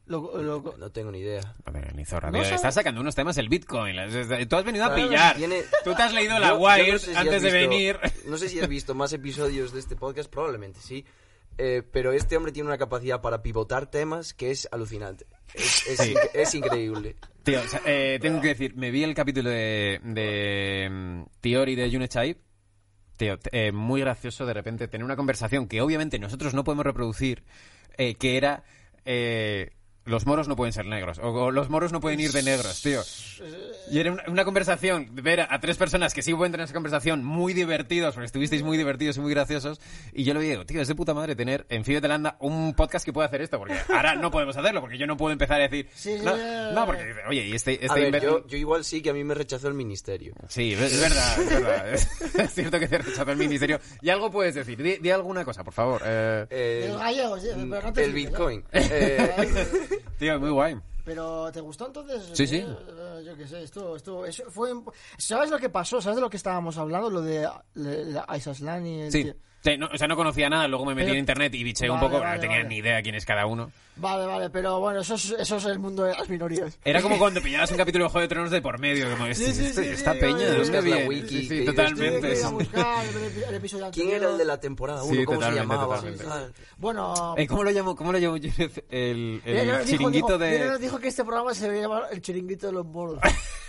No tengo ni idea. Joder, ni zorra, No tío. sabe- Estás sacando unos temas el Bitcoin. Tú has venido a pillar. Tiene- Tú te has leído la Yo Wired no sé si antes has de visto- venir. No sé si has visto más episodios de este podcast, probablemente sí. Pero este hombre tiene una capacidad para pivotar temas que es alucinante. Es increíble. Tío, o sea, tengo que decir, me vi el capítulo de Theory de Yunus Chaib. Tío, muy gracioso de repente tener una conversación que obviamente nosotros no podemos reproducir, que era... los moros no pueden ser negros, o los moros no pueden ir de negros, tío. Y era una conversación, ver a tres personas que sí pueden tener esa conversación muy divertidos, porque estuvisteis muy divertidos y muy graciosos, y yo lo digo, tío, es de puta madre tener en Fío de Telanda un podcast que pueda hacer esto, porque ahora no podemos hacerlo, porque yo no puedo empezar a decir... No, porque, oye, y A ver, yo igual sí que a mí me rechazó el ministerio. Sí, es verdad, es verdad. Es cierto que te rechazó el ministerio. Y algo puedes decir, di alguna cosa, por favor. De los gallegos, pero no te El sirve, Bitcoin. Tío, muy guay. Pero ¿te gustó entonces? Sí, sí. Yo qué sé, eso fue... ¿Sabes lo que pasó? ¿Sabes de lo que estábamos hablando? Lo de Aisaslan y el Sí. tío. Sí, no, o sea, no conocía nada, luego me metí Pero- en internet y biché un Vale, poco, vale, no tenía vale. ni idea quién es cada uno. Vale, pero bueno, eso es el mundo de las minorías. Era como cuando pillabas un capítulo de Juego de Tronos de por medio, como Sí, sí, sí, esta sí, peña, sí, ¿de dónde buscas la viene? wiki, Sí, sí, que dices, totalmente. Tuve que ir a buscar el episodio anterior. ¿Quién era el de la temporada 1? Sí, ¿Cómo totalmente, se llamaba? totalmente. Ah, Bueno... ¿Cómo lo llamo Judith? El Mira, chiringuito Mira, nos de... dijo que este programa se debería llamar el chiringuito de los moros.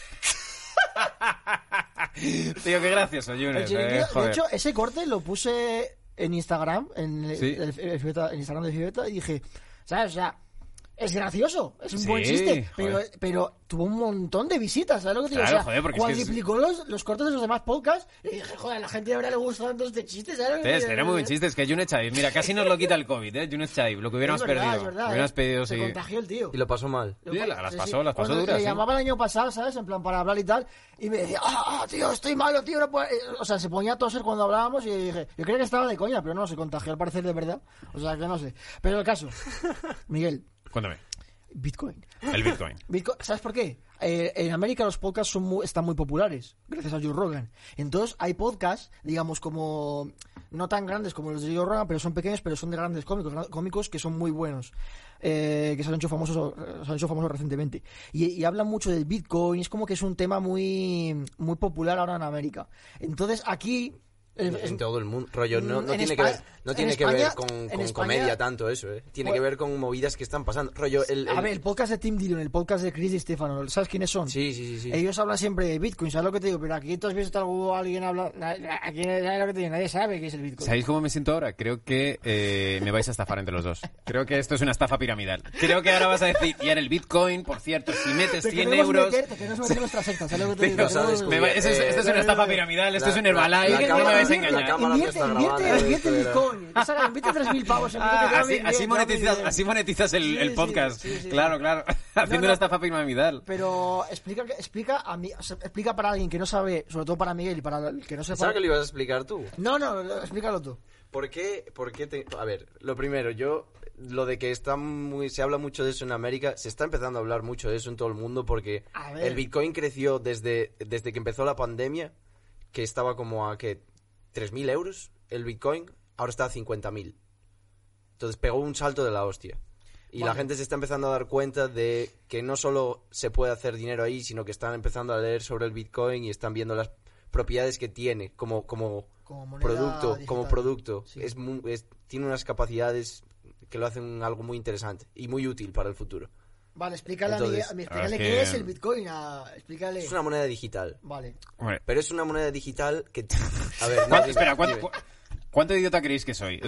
Tío, qué gracioso, El Junior. chiringuito, de Joder. hecho, ese corte lo puse en Instagram, en Sí. en Instagram de Fibeta, y dije, ¿sabes? O sea, es gracioso, es un buen Sí, chiste, joder. pero tuvo un montón de visitas, ¿sabes lo que te digo? Claro, O sea, joder, porque es que cuadriplicó los cortes de los demás podcasts, y dije, joder, a la gente de verdad le gustó tanto este chiste, ¿sabes lo que te digo? Era muy buen chiste, es que Junet Chaib, mira, casi nos lo quita el COVID, Junet Chaib, lo que hubiéramos Es verdad, perdido. es verdad, Hubiéramos pedido, se sí. contagió el tío. Y lo pasó mal. Sí, las pasó Cuando duras, le sí. llamaba el año pasado, ¿sabes? En plan, para hablar y tal. Y me decía, tío, estoy malo, tío. No puedo-". O sea, se ponía a toser cuando hablábamos y dije, yo creía que estaba de coña, pero no, se contagió al parecer de verdad. O sea, que no sé. Pero el caso, Miguel, Cuéntame, Bitcoin. el Bitcoin. ¿Sabes por qué? En América los podcasts están muy populares, gracias a Joe Rogan. Entonces hay podcasts, digamos, como no tan grandes como los de Joe Rogan, pero son pequeños, pero son de grandes cómicos que son muy buenos, que se han hecho famosos recientemente. Y hablan mucho del Bitcoin, es como que es un tema muy, muy popular ahora en América. Entonces aquí... En todo el mundo. Rollo, no en tiene España- que ver, no en tiene que España- ver con en España- comedia tanto eso, ¿eh? Tiene que ver con movidas que están pasando. Rollo, A ver, el podcast de Tim Dillon, el podcast de Chris Di Stefano, ¿sabes quiénes son? Sí. Ellos hablan siempre de Bitcoin, ¿sabes lo que te digo? Pero aquí tú has visto alguien hablar... Aquí ¿sabes lo que te digo? Nadie sabe qué es el Bitcoin. ¿Sabéis cómo me siento ahora? Creo que me vais a estafar entre los dos. Creo que esto es una estafa piramidal. Creo que ahora vas a decir, y ahora el Bitcoin, por cierto, si metes Te 100 queremos euros... te queremos meter en nuestra secta, ¿sabes lo que te digo? Tío, sabes, esto es una estafa piramidal, esto es un Herbalife, no me vais a engañar. cámara que está grabando Invierte esto, en era- Bitcoin. Invierte 3.000 pavos en Bitcoin. Así monetizas el Sí, podcast. sí, sí. Claro, haciendo No. una estafa piramidal. Pero explica a mí, o sea, explica para alguien que no sabe, sobre todo para Miguel y para el que no sepa. ¿Sabes que lo ibas a explicar tú? No, explícalo tú. ¿Por qué A ver, lo primero, lo de que se habla mucho de eso en América, se está empezando a hablar mucho de eso en todo el mundo porque A ver. el Bitcoin creció desde que empezó la pandemia, que estaba como a, ¿qué? 3.000 euros el Bitcoin, ahora está a 50.000. Entonces pegó un salto de la hostia. Y la gente se está empezando a dar cuenta de que no solo se puede hacer dinero ahí, sino que están empezando a leer sobre el Bitcoin y están viendo las propiedades que tiene como moneda producto, digital. como producto. Sí. Tiene unas capacidades que lo hacen algo muy interesante y muy útil para el futuro. Vale, explícale Entonces, a Miguel, explícale es qué que- es el Bitcoin. Explícale. Es una moneda digital, Vale. Hombre, pero es una moneda digital que... A ver, Espera, ¿cuánto idiota creéis que soy?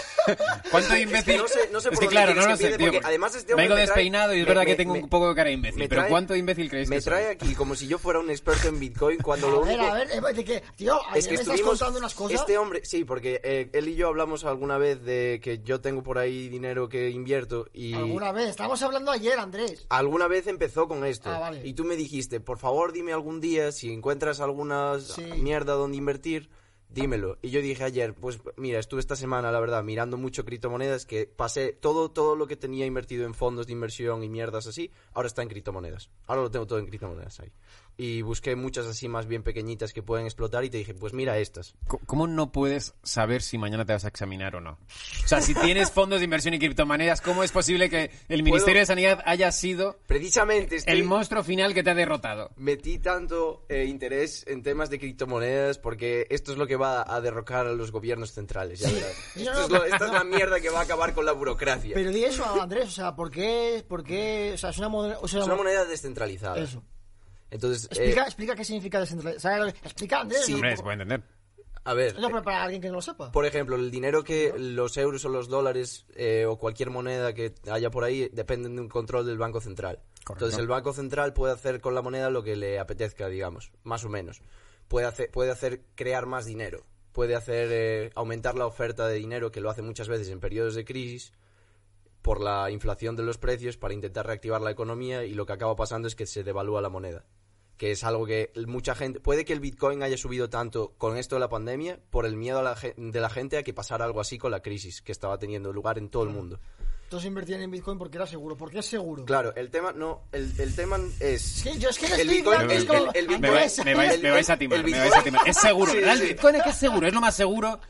¿Cuánto imbécil? no sé por Es que dónde claro, no quieres lo que sé, empiece, tío. porque además este hombre Vengo me trae- despeinado y es me- verdad que me- tengo me- un poco de cara de imbécil, me pero trae- ¿cuánto imbécil creéis que Me soy? trae aquí como si yo fuera un experto en Bitcoin cuando lo único... A ver, ¿de qué? Tío, Es que me estás estuvimos... contando unas cosas. Este hombre... Sí, porque él y yo hablamos alguna vez de que yo tengo por ahí dinero que invierto y... Alguna vez. Estábamos hablando ayer, Andrés. Alguna vez empezó con esto. Ah, vale. Y tú me dijiste, por favor dime algún día si encuentras alguna Sí. mierda donde invertir, dímelo. Y yo dije ayer, pues mira, estuve esta semana, la verdad, mirando mucho criptomonedas, que pasé todo lo que tenía invertido en fondos de inversión y mierdas así, ahora está en criptomonedas. Ahora lo tengo todo en criptomonedas ahí. Y busqué muchas así más bien pequeñitas que pueden explotar y te dije, pues mira estas. ¿Cómo no puedes saber si mañana te vas a examinar o no? O sea, si tienes fondos de inversión y criptomonedas, ¿cómo es posible que el Ministerio de Sanidad haya sido precisamente el monstruo final que te ha derrotado? Metí tanto interés en temas de criptomonedas porque esto es lo que va a derrocar a los gobiernos centrales, ya verás. Esta es la mierda que va a acabar con la burocracia. Pero di eso, Andrés, o sea, ¿por qué? O sea, es una moneda... O sea, es una moneda descentralizada. Eso. Entonces, explica qué significa descentralizado. Explica, Andrés. Sí, hombre, se puede entender. A ver, no, pero para alguien que no lo sepa. Por ejemplo, el dinero que los euros o los dólares o cualquier moneda que haya por ahí dependen de un control del Banco Central. Correcto. Entonces el Banco Central puede hacer con la moneda lo que le apetezca, digamos, más o menos. Puede hacer crear más dinero. Puede hacer aumentar la oferta de dinero, que lo hace muchas veces en periodos de crisis, por la inflación de los precios, para intentar reactivar la economía, y lo que acaba pasando es que se devalúa la moneda. Que es algo que mucha gente... Puede que el Bitcoin haya subido tanto con esto de la pandemia por el miedo de la gente a que pasara algo así con la crisis que estaba teniendo lugar en todo el mundo. Todos invertían en Bitcoin porque era seguro. ¿Por qué es seguro? Claro, el tema no... El tema es... Es que yo es que no el estoy Bitcoin... claro, el Bitcoin me vais a timar, me vais a timar. Es seguro, sí, el sí. Bitcoin es que es seguro, es lo más seguro.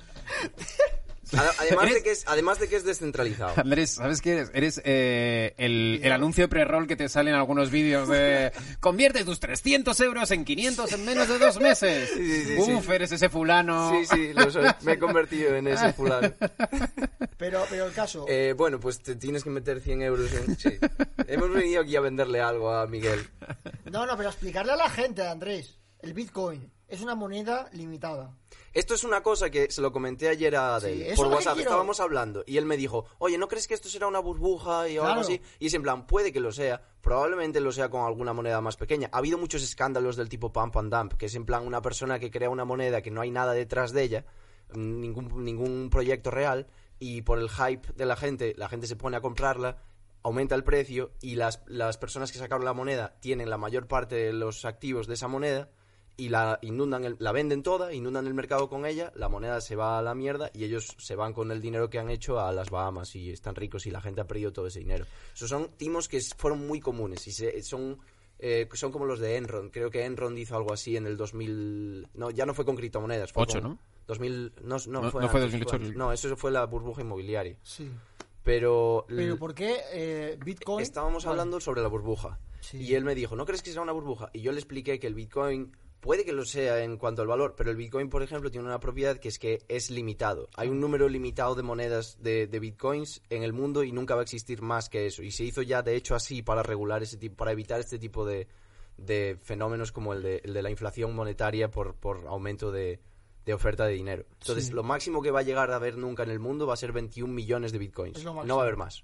Además de que es descentralizado. Andrés, ¿sabes qué eres? Eres el anuncio de pre-roll que te sale en algunos vídeos de convierte tus 300 euros en 500 en menos de 2 meses. Sí. Eres ese fulano. Sí, lo soy. Me he convertido en ese fulano. Pero el caso... bueno, pues te tienes que meter 100 euros en... Sí. Hemos venido aquí a venderle algo a Miguel. No, pero explicarle a la gente, Andrés. El Bitcoin es una moneda limitada. Esto es una cosa que se lo comenté ayer a Adel, por WhatsApp, estábamos hablando, y él me dijo, oye, ¿no crees que esto será una burbuja y algo así? Y es en plan, puede que lo sea, probablemente lo sea con alguna moneda más pequeña. Ha habido muchos escándalos del tipo pump and dump, que es en plan una persona que crea una moneda que no hay nada detrás de ella, ningún proyecto real, y por el hype de la gente se pone a comprarla, aumenta el precio, y las personas que sacaron la moneda tienen la mayor parte de los activos de esa moneda, y la venden toda, inundan el mercado con ella, la moneda se va a la mierda y ellos se van con el dinero que han hecho a las Bahamas y están ricos y la gente ha perdido todo ese dinero. Esos son timos que fueron muy comunes y son como los de Enron. Creo que Enron hizo algo así en el 2000... No, ya no fue con criptomonedas. Fue 8, con ¿no? 2000... No fue 2008. No, eso fue la burbuja inmobiliaria. Sí. Pero ¿por qué Bitcoin...? Estábamos hablando sobre la burbuja. Sí. Y él me dijo, ¿no crees que será una burbuja? Y yo le expliqué que el Bitcoin... Puede que lo sea en cuanto al valor, pero el Bitcoin, por ejemplo, tiene una propiedad que es limitado. Hay un número limitado de monedas de Bitcoins en el mundo y nunca va a existir más que eso. Y se hizo ya, de hecho, así para regular para evitar este tipo de fenómenos como el de la inflación monetaria por aumento de oferta de dinero. Entonces, Lo máximo que va a llegar a haber nunca en el mundo va a ser 21 millones de Bitcoins. No va a haber más.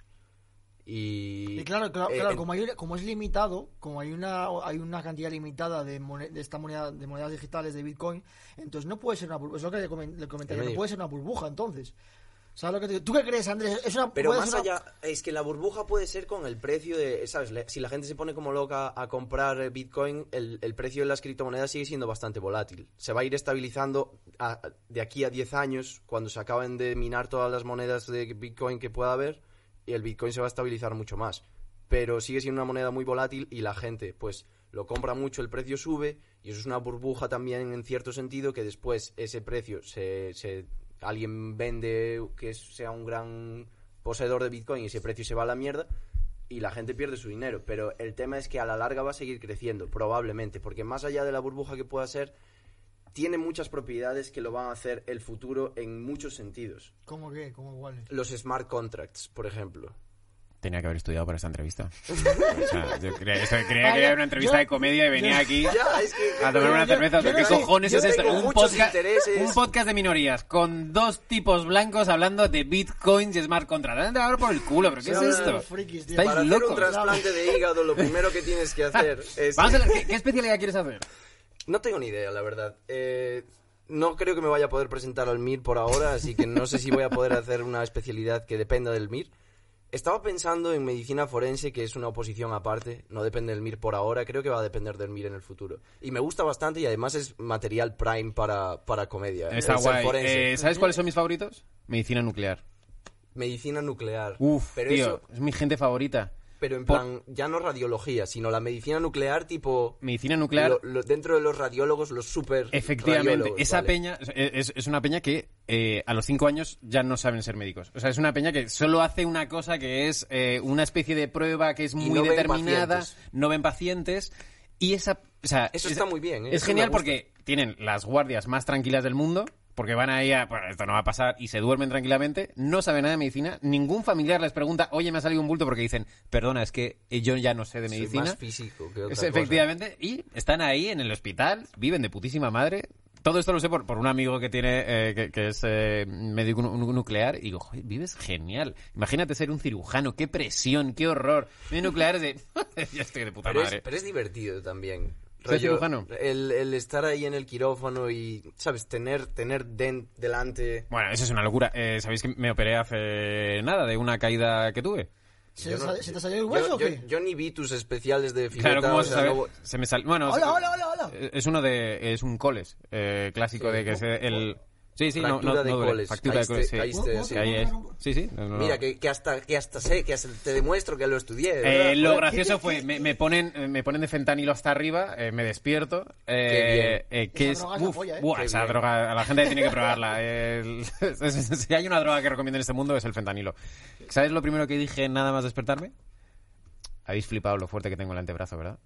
Y claro, como es limitado, como hay una cantidad limitada de esta moneda, de monedas digitales de Bitcoin, entonces no puede ser una burbuja. Es lo que le comenté, no puede ser una burbuja entonces. ¿Sabes lo que te digo? ¿Tú qué crees, Andrés? Pero más allá, es que la burbuja puede ser con el precio de, ¿sabes? Si la gente se pone como loca a comprar Bitcoin, el precio de las criptomonedas sigue siendo bastante volátil. Se va a ir estabilizando de aquí a 10 años, cuando se acaben de minar todas las monedas de Bitcoin que pueda haber, y el Bitcoin se va a estabilizar mucho más. Pero sigue siendo una moneda muy volátil y la gente, pues, lo compra mucho, el precio sube, y eso es una burbuja también en cierto sentido, que después ese precio alguien vende que sea un gran poseedor de Bitcoin y ese precio se va a la mierda y la gente pierde su dinero. Pero el tema es que a la larga va a seguir creciendo, probablemente, porque más allá de la burbuja que pueda ser, tiene muchas propiedades que lo van a hacer el futuro en muchos sentidos. ¿Cómo qué? ¿Cómo cuáles? Los smart contracts, por ejemplo. Tenía que haber estudiado para esta entrevista. O sea, yo creía que era una entrevista de comedia y venía aquí a tomar una cerveza. ¿Qué cojones es esto? Un podcast de minorías con dos tipos blancos hablando de bitcoins y smart contracts. Anda ahora por el culo, ¿pero qué es esto? Para hacer un trasplante de hígado, lo primero que tienes que hacer es... Vamos a ver, ¿qué especialidad quieres hacer? No tengo ni idea, la verdad. No creo que me vaya a poder presentar al MIR por ahora, así que no sé si voy a poder hacer una especialidad que dependa del MIR. Estaba pensando en medicina forense, que es una oposición aparte, no depende del MIR por ahora, creo que va a depender del MIR en el futuro. Y me gusta bastante y además es material prime para comedia. Está el ser guay. forense. ¿Sabes cuáles son mis favoritos? Medicina nuclear. Medicina nuclear. Uf, pero tío, eso, es mi gente favorita. pero en plan, ya no radiología, sino la medicina nuclear tipo... Medicina nuclear... dentro de los radiólogos, los super Efectivamente, radiólogos, esa ¿vale? peña es una peña que a los 5 años ya no saben ser médicos. O sea, es una peña que solo hace una cosa que es una especie de prueba que es Y muy no ven determinada, pacientes. no ven pacientes, y esa... O sea, Eso está muy bien, ¿eh? Es Eso genial me gusta. porque tienen las guardias más tranquilas del mundo, porque van ahí a... Bueno, esto no va a pasar, y se duermen tranquilamente, no saben nada de medicina, ningún familiar les pregunta, oye, me ha salido un bulto, porque dicen, perdona, es que yo ya no sé de Soy medicina. más físico que otra Es, cosa. efectivamente, y están ahí en el hospital, viven de putísima madre. Todo esto lo sé por un amigo que tiene que es médico nuclear y digo, joder, vives genial. Imagínate ser un cirujano, qué presión, qué horror. Médico nuclear es de... ya estoy de puta madre. Pero es divertido también. ¿Ser cirujano? El estar ahí en el quirófano y, ¿sabes? Tener delante... Bueno, eso es una locura. ¿Sabéis que me operé hace nada de una caída que tuve? ¿Se Yo no- te salió el hueso o qué? yo ni vi tus especiales de fileta. Claro, ¿cómo o se sea, sabe? no- Se me salió... Bueno, Hola, hola, hola, hola. es un coles clásico Sí, de que es el... Sí, sí, Fractura de duele. coles. Fractura de coles, sí. Caíste, sí. Ahí es. Sí, sí. no. Mira, que hasta sé, te demuestro que lo estudié. ¿verdad? Lo Joder. gracioso fue, me ponen de fentanilo hasta arriba, me despierto. Qué que Esa droga es la polla, ¿eh? buah, Qué esa bien. droga, a la gente tiene que probarla. Si hay una droga que recomiendo en este mundo es el fentanilo. ¿Sabes lo primero que dije nada más despertarme? Habéis flipado lo fuerte que tengo el antebrazo, ¿verdad?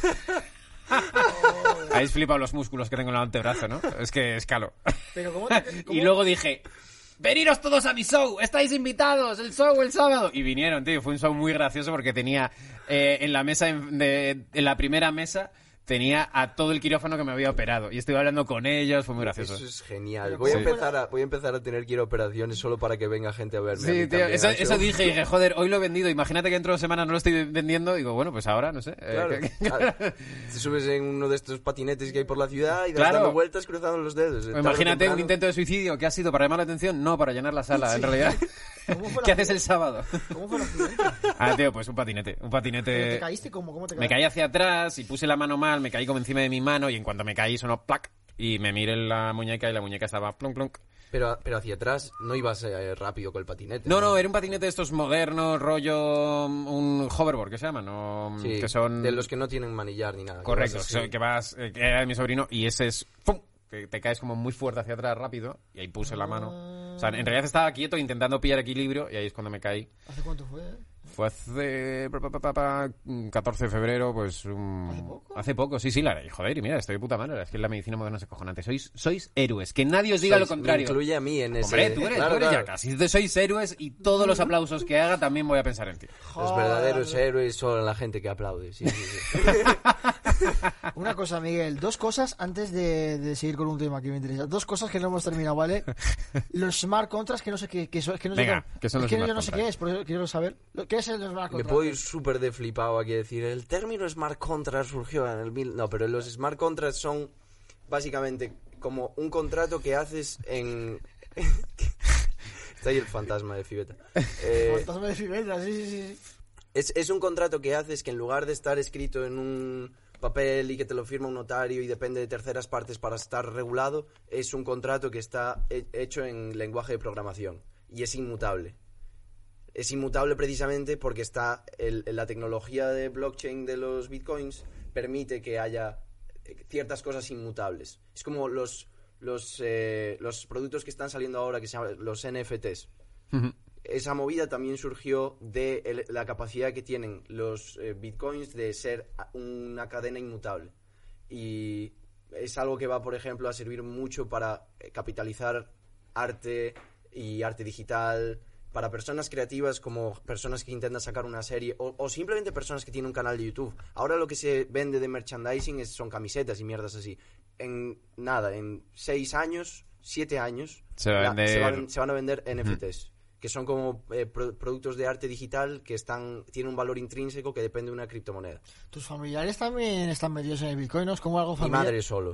Habéis flipado los músculos que tengo en el antebrazo, ¿no? Es que escalo. Pero ¿cómo Y luego dije, veniros todos a mi show, estáis invitados, el show el sábado. Y vinieron, tío, fue un show muy gracioso porque tenía en la mesa, en la primera mesa, tenía a todo el quirófano que me había operado. Y estuve hablando con ellos, fue muy gracioso. Eso es genial. Pero Voy a ¿cómo empezar a tener que ir a operaciones solo para que venga gente a verme. a Sí, mí tío, también eso al show. dije, joder, hoy lo he vendido. Imagínate que dentro de semanas no lo estoy vendiendo. Digo, bueno, pues ahora, no sé. Claro. Te subes en uno de estos patinetes que hay por la ciudad y das Claro. dando vueltas cruzando los dedos. Tarde o Imagínate un temprano. intento de suicidio. ¿Qué ha sido? ¿Para llamar la atención? No, para llenar la sala, en realidad. ¿Cómo fue la ¿Qué haces el sábado? ¿Cómo fue el accidente? Ah, tío, pues un patinete. ¿Pero te caíste? ¿Cómo te Me caíste? caí hacia atrás y puse la mano mal, me caí como encima de mi mano y en cuanto me caí sonó plac y me miré en la muñeca y la muñeca estaba plonk plonk. Pero hacia atrás no ibas rápido con el patinete. No, era un patinete de estos modernos, rollo un hoverboard, que se llaman, ¿no? Sí, Que son... de los que no tienen manillar ni nada. Correcto, Que vas así. que era de mi sobrino y ese es... ¡Pum! Que te caes como muy fuerte hacia atrás rápido y ahí puse la mano. O sea, en realidad estaba quieto intentando pillar equilibrio y ahí es cuando me caí. ¿Hace cuánto fue? Fue hace 14 de febrero, pues... Hace poco, sí, la joder, y mira, estoy de puta madre, es que la medicina moderna es acojonante. Sois héroes, que nadie os diga lo contrario. Me incluye a mí en ese... Hombre, tú eres Claro, ya claro. casi. Sois héroes y todos los aplausos que haga también voy a pensar en ti. Los verdaderos héroes son la gente que aplaude. Sí, sí, sí. Una cosa, Miguel, dos cosas antes de seguir con un tema que me interesa. Dos cosas que no hemos terminado, ¿vale? Los smart contracts, que no sé qué son. Es que no sé Venga, ¿qué son los yo smart no sé qué contracts? es, por eso quiero saber. ¿Qué es el smart Me contract? puedo ir súper de flipado aquí a decir, el término smart contract surgió en el... No, pero los smart contracts son básicamente como un contrato que haces en... Está ahí el fantasma de Fibeta. Fantasma de Fibeta, sí. Es un contrato que haces que en lugar de estar escrito en un papel y que te lo firma un notario y depende de terceras partes para estar regulado, es un contrato que está hecho en lenguaje de programación y es inmutable. Es inmutable precisamente porque está la tecnología de blockchain de los bitcoins permite que haya ciertas cosas inmutables. Es como los productos que están saliendo ahora que se llaman los NFTs. Esa movida también surgió de la capacidad que tienen los bitcoins de ser una cadena inmutable. Y es algo que va, por ejemplo, a servir mucho para capitalizar arte y arte digital, para personas creativas como personas que intentan sacar una serie o simplemente personas que tienen un canal de YouTube. Ahora lo que se vende de merchandising son camisetas y mierdas así. En 6 años, 7 años Se van a vender se van a vender NFTs. que son como productos de arte digital que tienen un valor intrínseco que depende de una criptomoneda. ¿Tus familiares también están metidos en el Bitcoin? ¿No es como algo Mi familiar? madre solo.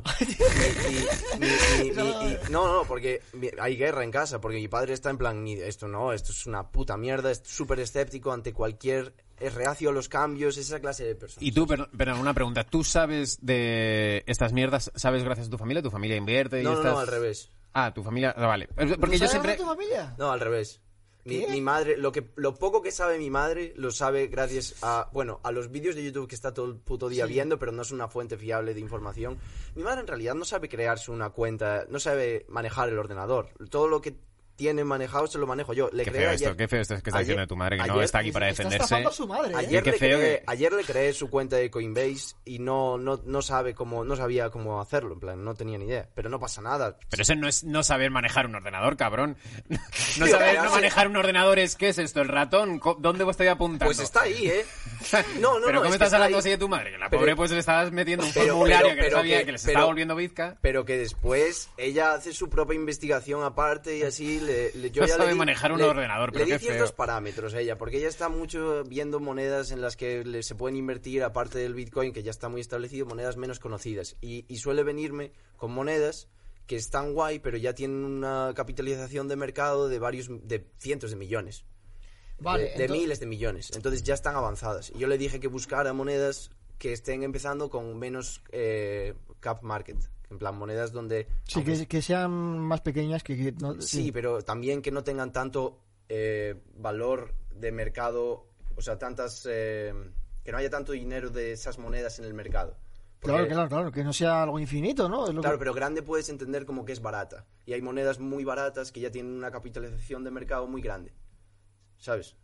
No, porque hay guerra en casa, porque mi padre está en plan, esto es una puta mierda, es súper escéptico ante cualquier... Es reacio a los cambios, esa clase de personas. Y tú, pero una pregunta, ¿tú sabes de estas mierdas? ¿Sabes gracias a tu familia? ¿Tu familia invierte? No, al revés. Ah, tu familia... vale. Porque yo siempre... de tu familia? No, al revés. Mi madre, lo poco que sabe mi madre, lo sabe gracias a los vídeos de YouTube que está todo el puto día viendo, pero no es una fuente fiable de información. Mi madre en realidad no sabe crearse una cuenta, no sabe manejar el ordenador. Todo lo que tiene manejado se lo manejo yo. Qué feo esto que está diciendo de tu madre, que no está aquí para defenderse. Está estafando a su madre, Ayer le creé su cuenta de Coinbase y no sabía cómo hacerlo, en plan, no tenía ni idea. Pero no pasa nada. Pero eso no es no saber manejar un ordenador, cabrón. No saber manejar un ordenador ¿qué es esto? ¿El ratón? ¿Dónde estoy apuntando? Pues está ahí, ¿eh? No, pero ¿cómo estás hablando así de tu madre? Que la pobre pues le estabas metiendo un formulario que no sabía, que les estaba volviendo bizca. Pero que después ella hace su propia investigación aparte y así yo no ya sabe manejar un ordenador, pero le qué di ciertos feo. parámetros a ella, porque ella está mucho viendo monedas en las que se pueden invertir, aparte del Bitcoin, que ya está muy establecido, monedas menos conocidas. Y suele venirme con monedas que están guay, pero ya tienen una capitalización de mercado de cientos de millones. Vale, de miles de millones. Entonces ya están avanzadas. Y yo le dije que buscara monedas que estén empezando con menos cap market. En plan, monedas donde... Sí, que sean más pequeñas que no, sí, pero también que no tengan tanto valor de mercado, o sea, que no haya tanto dinero de esas monedas en el mercado. Porque, claro, que no sea algo infinito, ¿no? Pero grande puedes entender como que es barata. Y hay monedas muy baratas que ya tienen una capitalización de mercado muy grande. ¿Sabes?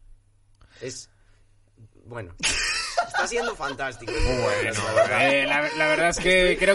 Bueno... Está siendo fantástico. Bueno, la verdad es que creo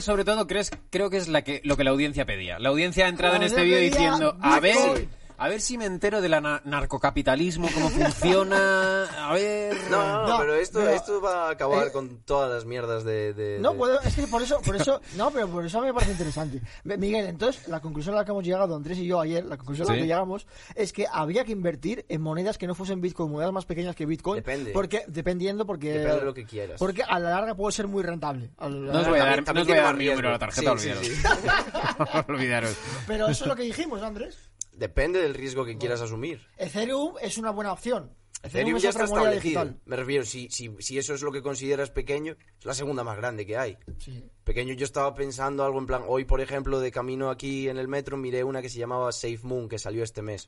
que es lo que la audiencia pedía. La audiencia ha entrado en este vídeo diciendo, a ver si me entero del narcocapitalismo, cómo funciona, a ver... No, pero esto va a acabar con todas las mierdas de... No, es que por eso, no, pero por eso me parece interesante. Miguel, entonces, la conclusión a la que hemos llegado, Andrés y yo ayer, la conclusión a la que llegamos, es que habría que invertir en monedas que no fuesen Bitcoin, monedas más pequeñas que Bitcoin. Depende. Depende de lo que quieras. Porque a la larga puede ser muy rentable. No os voy a dar mi número a la tarjeta, olvidaros. Sí. Olvidaros. Pero eso es lo que dijimos, Andrés. Depende del riesgo que quieras asumir. Ethereum es una buena opción. Ethereum ya está establecido. Me refiero, si eso es lo que consideras pequeño, es la segunda más grande que hay. Sí. Pequeño, yo estaba pensando algo en plan, hoy por ejemplo, de camino aquí en el metro, miré una que se llamaba Safe Moon, que salió este mes.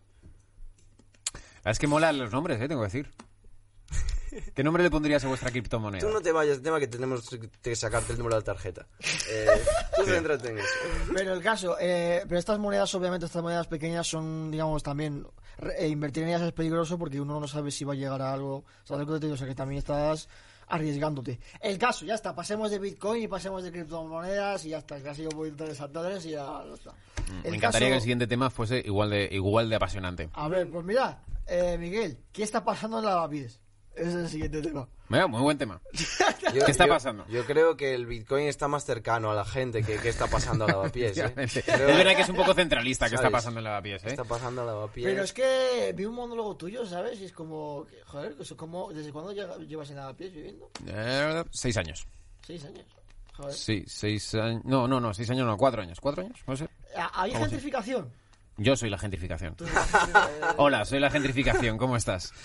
Es que molan los nombres, tengo que decir. ¿Qué nombre le pondrías a vuestra criptomoneda? Tú no te vayas, tema que tenemos que sacarte el número de la tarjeta. Tú céntrate en eso. Pero el caso, pero estas monedas, obviamente, estas monedas pequeñas son, digamos, también invertir en ellas es peligroso porque uno no sabe si va a llegar a algo. ¿Sabes lo que te digo? O sea, que también estás arriesgándote. El caso, ya está, pasemos de Bitcoin y pasemos de criptomonedas y ya está, que ha sido muy interesante y ya está. Me encantaría que el siguiente tema fuese igual de apasionante. A ver, pues mira, Miguel, ¿qué está pasando en Lavapiés? Ese es el siguiente tema. Mira, muy buen tema. ¿Qué está pasando? Yo creo que el Bitcoin está más cercano a la gente que está pasando a Lavapiés. Es verdad que es un poco centralista que está pasando en Lavapiés. Está pasando a Lavapiés. Pero es que vi un monólogo tuyo, ¿sabes? Y es como, joder, ¿desde cuándo llevas en Lavapiés viviendo? 6 años. 6 años. Joder. Sí, 6 años. No, 6 años no, 4 años. ¿4 años? No sé. ¿Hay gentrificación? Yo soy la gentrificación. Hola, soy la gentrificación. ¿Cómo estás?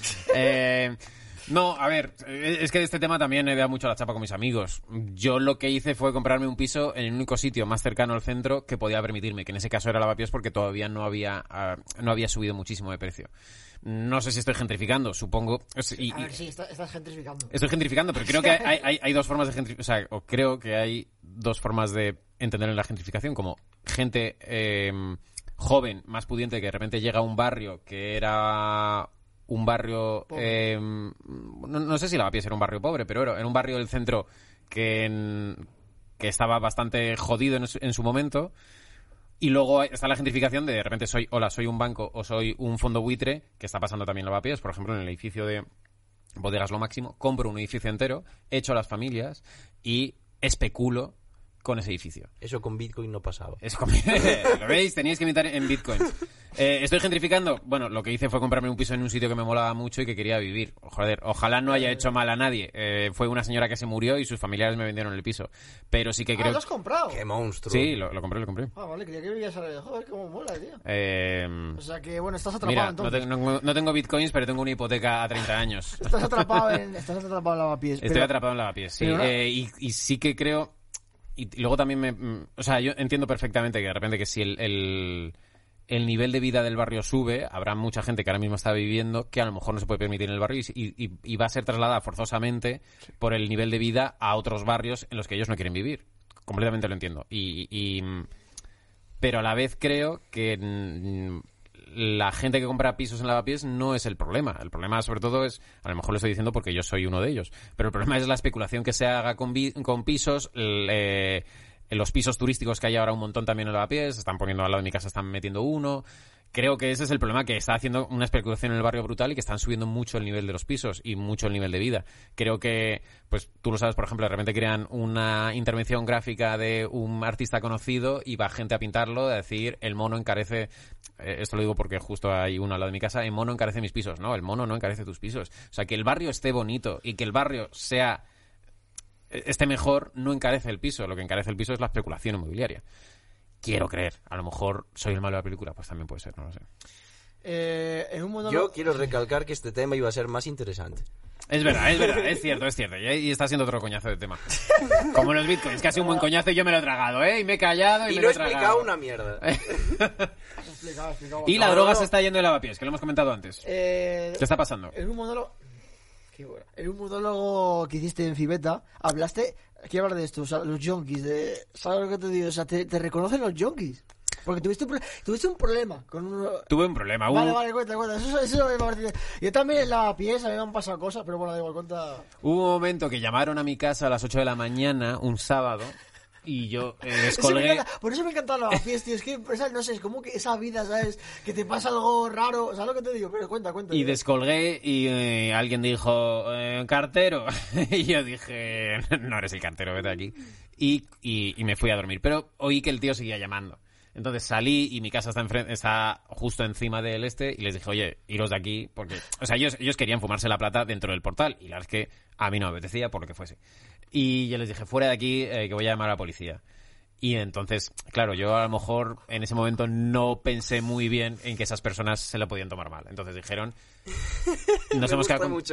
No, a ver, es que de este tema también he dado mucho la chapa con mis amigos. Yo lo que hice fue comprarme un piso en el único sitio más cercano al centro que podía permitirme, que en ese caso era Lavapiés porque todavía no había subido muchísimo de precio. No sé si estoy gentrificando, supongo. A ver, sí, estás gentrificando. Estoy gentrificando, pero creo que hay dos formas de gentrificar. O sea, creo que hay dos formas de entender la gentrificación, como gente joven, más pudiente, que de repente llega a un barrio que era un barrio... no sé si Lavapiés era un barrio pobre, pero era un barrio del centro que estaba bastante jodido en su momento. Y luego está la gentrificación de repente soy un banco o soy un fondo buitre, que está pasando también en Lavapiés, por ejemplo, en el edificio de Bodegas Lo Máximo, compro un edificio entero, echo a las familias y especulo con ese edificio. Eso con Bitcoin no pasaba. Eso ¿Lo veis? Teníais que invitar en Bitcoin. Estoy gentrificando. Bueno, lo que hice fue comprarme un piso en un sitio que me molaba mucho y que quería vivir. Joder, ojalá no haya hecho mal a nadie. Fue una señora que se murió y sus familiares me vendieron el piso. Pero sí que creo... ¿Lo has comprado? ¡Qué monstruo! Sí, lo compré. Ah, vale, creía que vivías... Joder, cómo mola, tío. O sea que, bueno, estás atrapado Mira, entonces. no tengo bitcoins, pero tengo una hipoteca a 30 años. Estás atrapado en Lavapiés. Estoy atrapado en Lavapiés, sí. Pero no- Y sí que creo... Y luego también o sea, yo entiendo perfectamente que de repente que si el nivel de vida del barrio sube, habrá mucha gente que ahora mismo está viviendo que a lo mejor no se puede permitir en el barrio y va a ser trasladada forzosamente por el nivel de vida a otros barrios en los que ellos no quieren vivir. Completamente lo entiendo. Pero a la vez creo que la gente que compra pisos en Lavapiés no es el problema. El problema, sobre todo, es... A lo mejor lo estoy diciendo porque yo soy uno de ellos. Pero el problema es la especulación que se haga con pisos... los pisos turísticos que hay ahora un montón también en Lavapiés. Se están poniendo al lado de mi casa, están metiendo uno... Creo que ese es el problema, que está haciendo una especulación en el barrio brutal y que están subiendo mucho el nivel de los pisos y mucho el nivel de vida. Creo que, pues tú lo sabes, por ejemplo, de repente crean una intervención gráfica de un artista conocido y va gente a pintarlo, a decir, el mono encarece... esto lo digo porque justo hay uno al lado de mi casa, el mono encarece mis pisos. No, el mono no encarece tus pisos. O sea, que el barrio esté bonito y que el barrio esté mejor no encarece el piso. Lo que encarece el piso es la especulación inmobiliaria. Quiero creer. A lo mejor soy el malo de la película, pues también puede ser, no lo sé. En un mundo Yo quiero recalcar que este tema iba a ser más interesante. Es verdad, es cierto. Y está siendo otro coñazo de tema. Como los bitcoins, que ha sido un buen coñazo y yo me lo he tragado, ¿eh? Y me he callado y me Y lo no he he explicado tragado. una mierda. explicado. Y la No, droga no. se está yendo de Lavapiés, que lo hemos comentado antes. ¿Qué está pasando? En un monólogo... Qué bueno. En un monólogo que hiciste en Fibeta, hablaste... Quiero hablar de esto, o sea, los yonkis, ¿sabes lo que te digo? O sea, te reconocen los yonkis. Porque tuviste un problema con uno... Tuve un problema. Vale, cuenta. Eso me parece... Yo también en Lavapiés, a mí me han pasado cosas, pero bueno, da igual, cuenta... Hubo un momento que llamaron a mi casa a las 8 de la mañana, un sábado, y yo descolgué... Por eso me encanta Lavapiés, tío. Es que, no sé, es como que esa vida, ¿sabes? Que te pasa algo raro, ¿sabes lo que te digo? Pero cuenta. Y descolgué y alguien dijo, cartero. Y yo dije, no eres el cartero, vete aquí. Y me fui a dormir. Pero oí que el tío seguía llamando. Entonces salí y mi casa está justo encima del y les dije, oye, iros de aquí, porque... O sea, ellos querían fumarse la plata dentro del portal y la verdad es que a mí no me apetecía por lo que fuese. Y yo les dije, fuera de aquí, que voy a llamar a la policía. Y entonces, claro, yo a lo mejor en ese momento no pensé muy bien en que esas personas se lo podían tomar mal. Entonces dijeron, nos hemos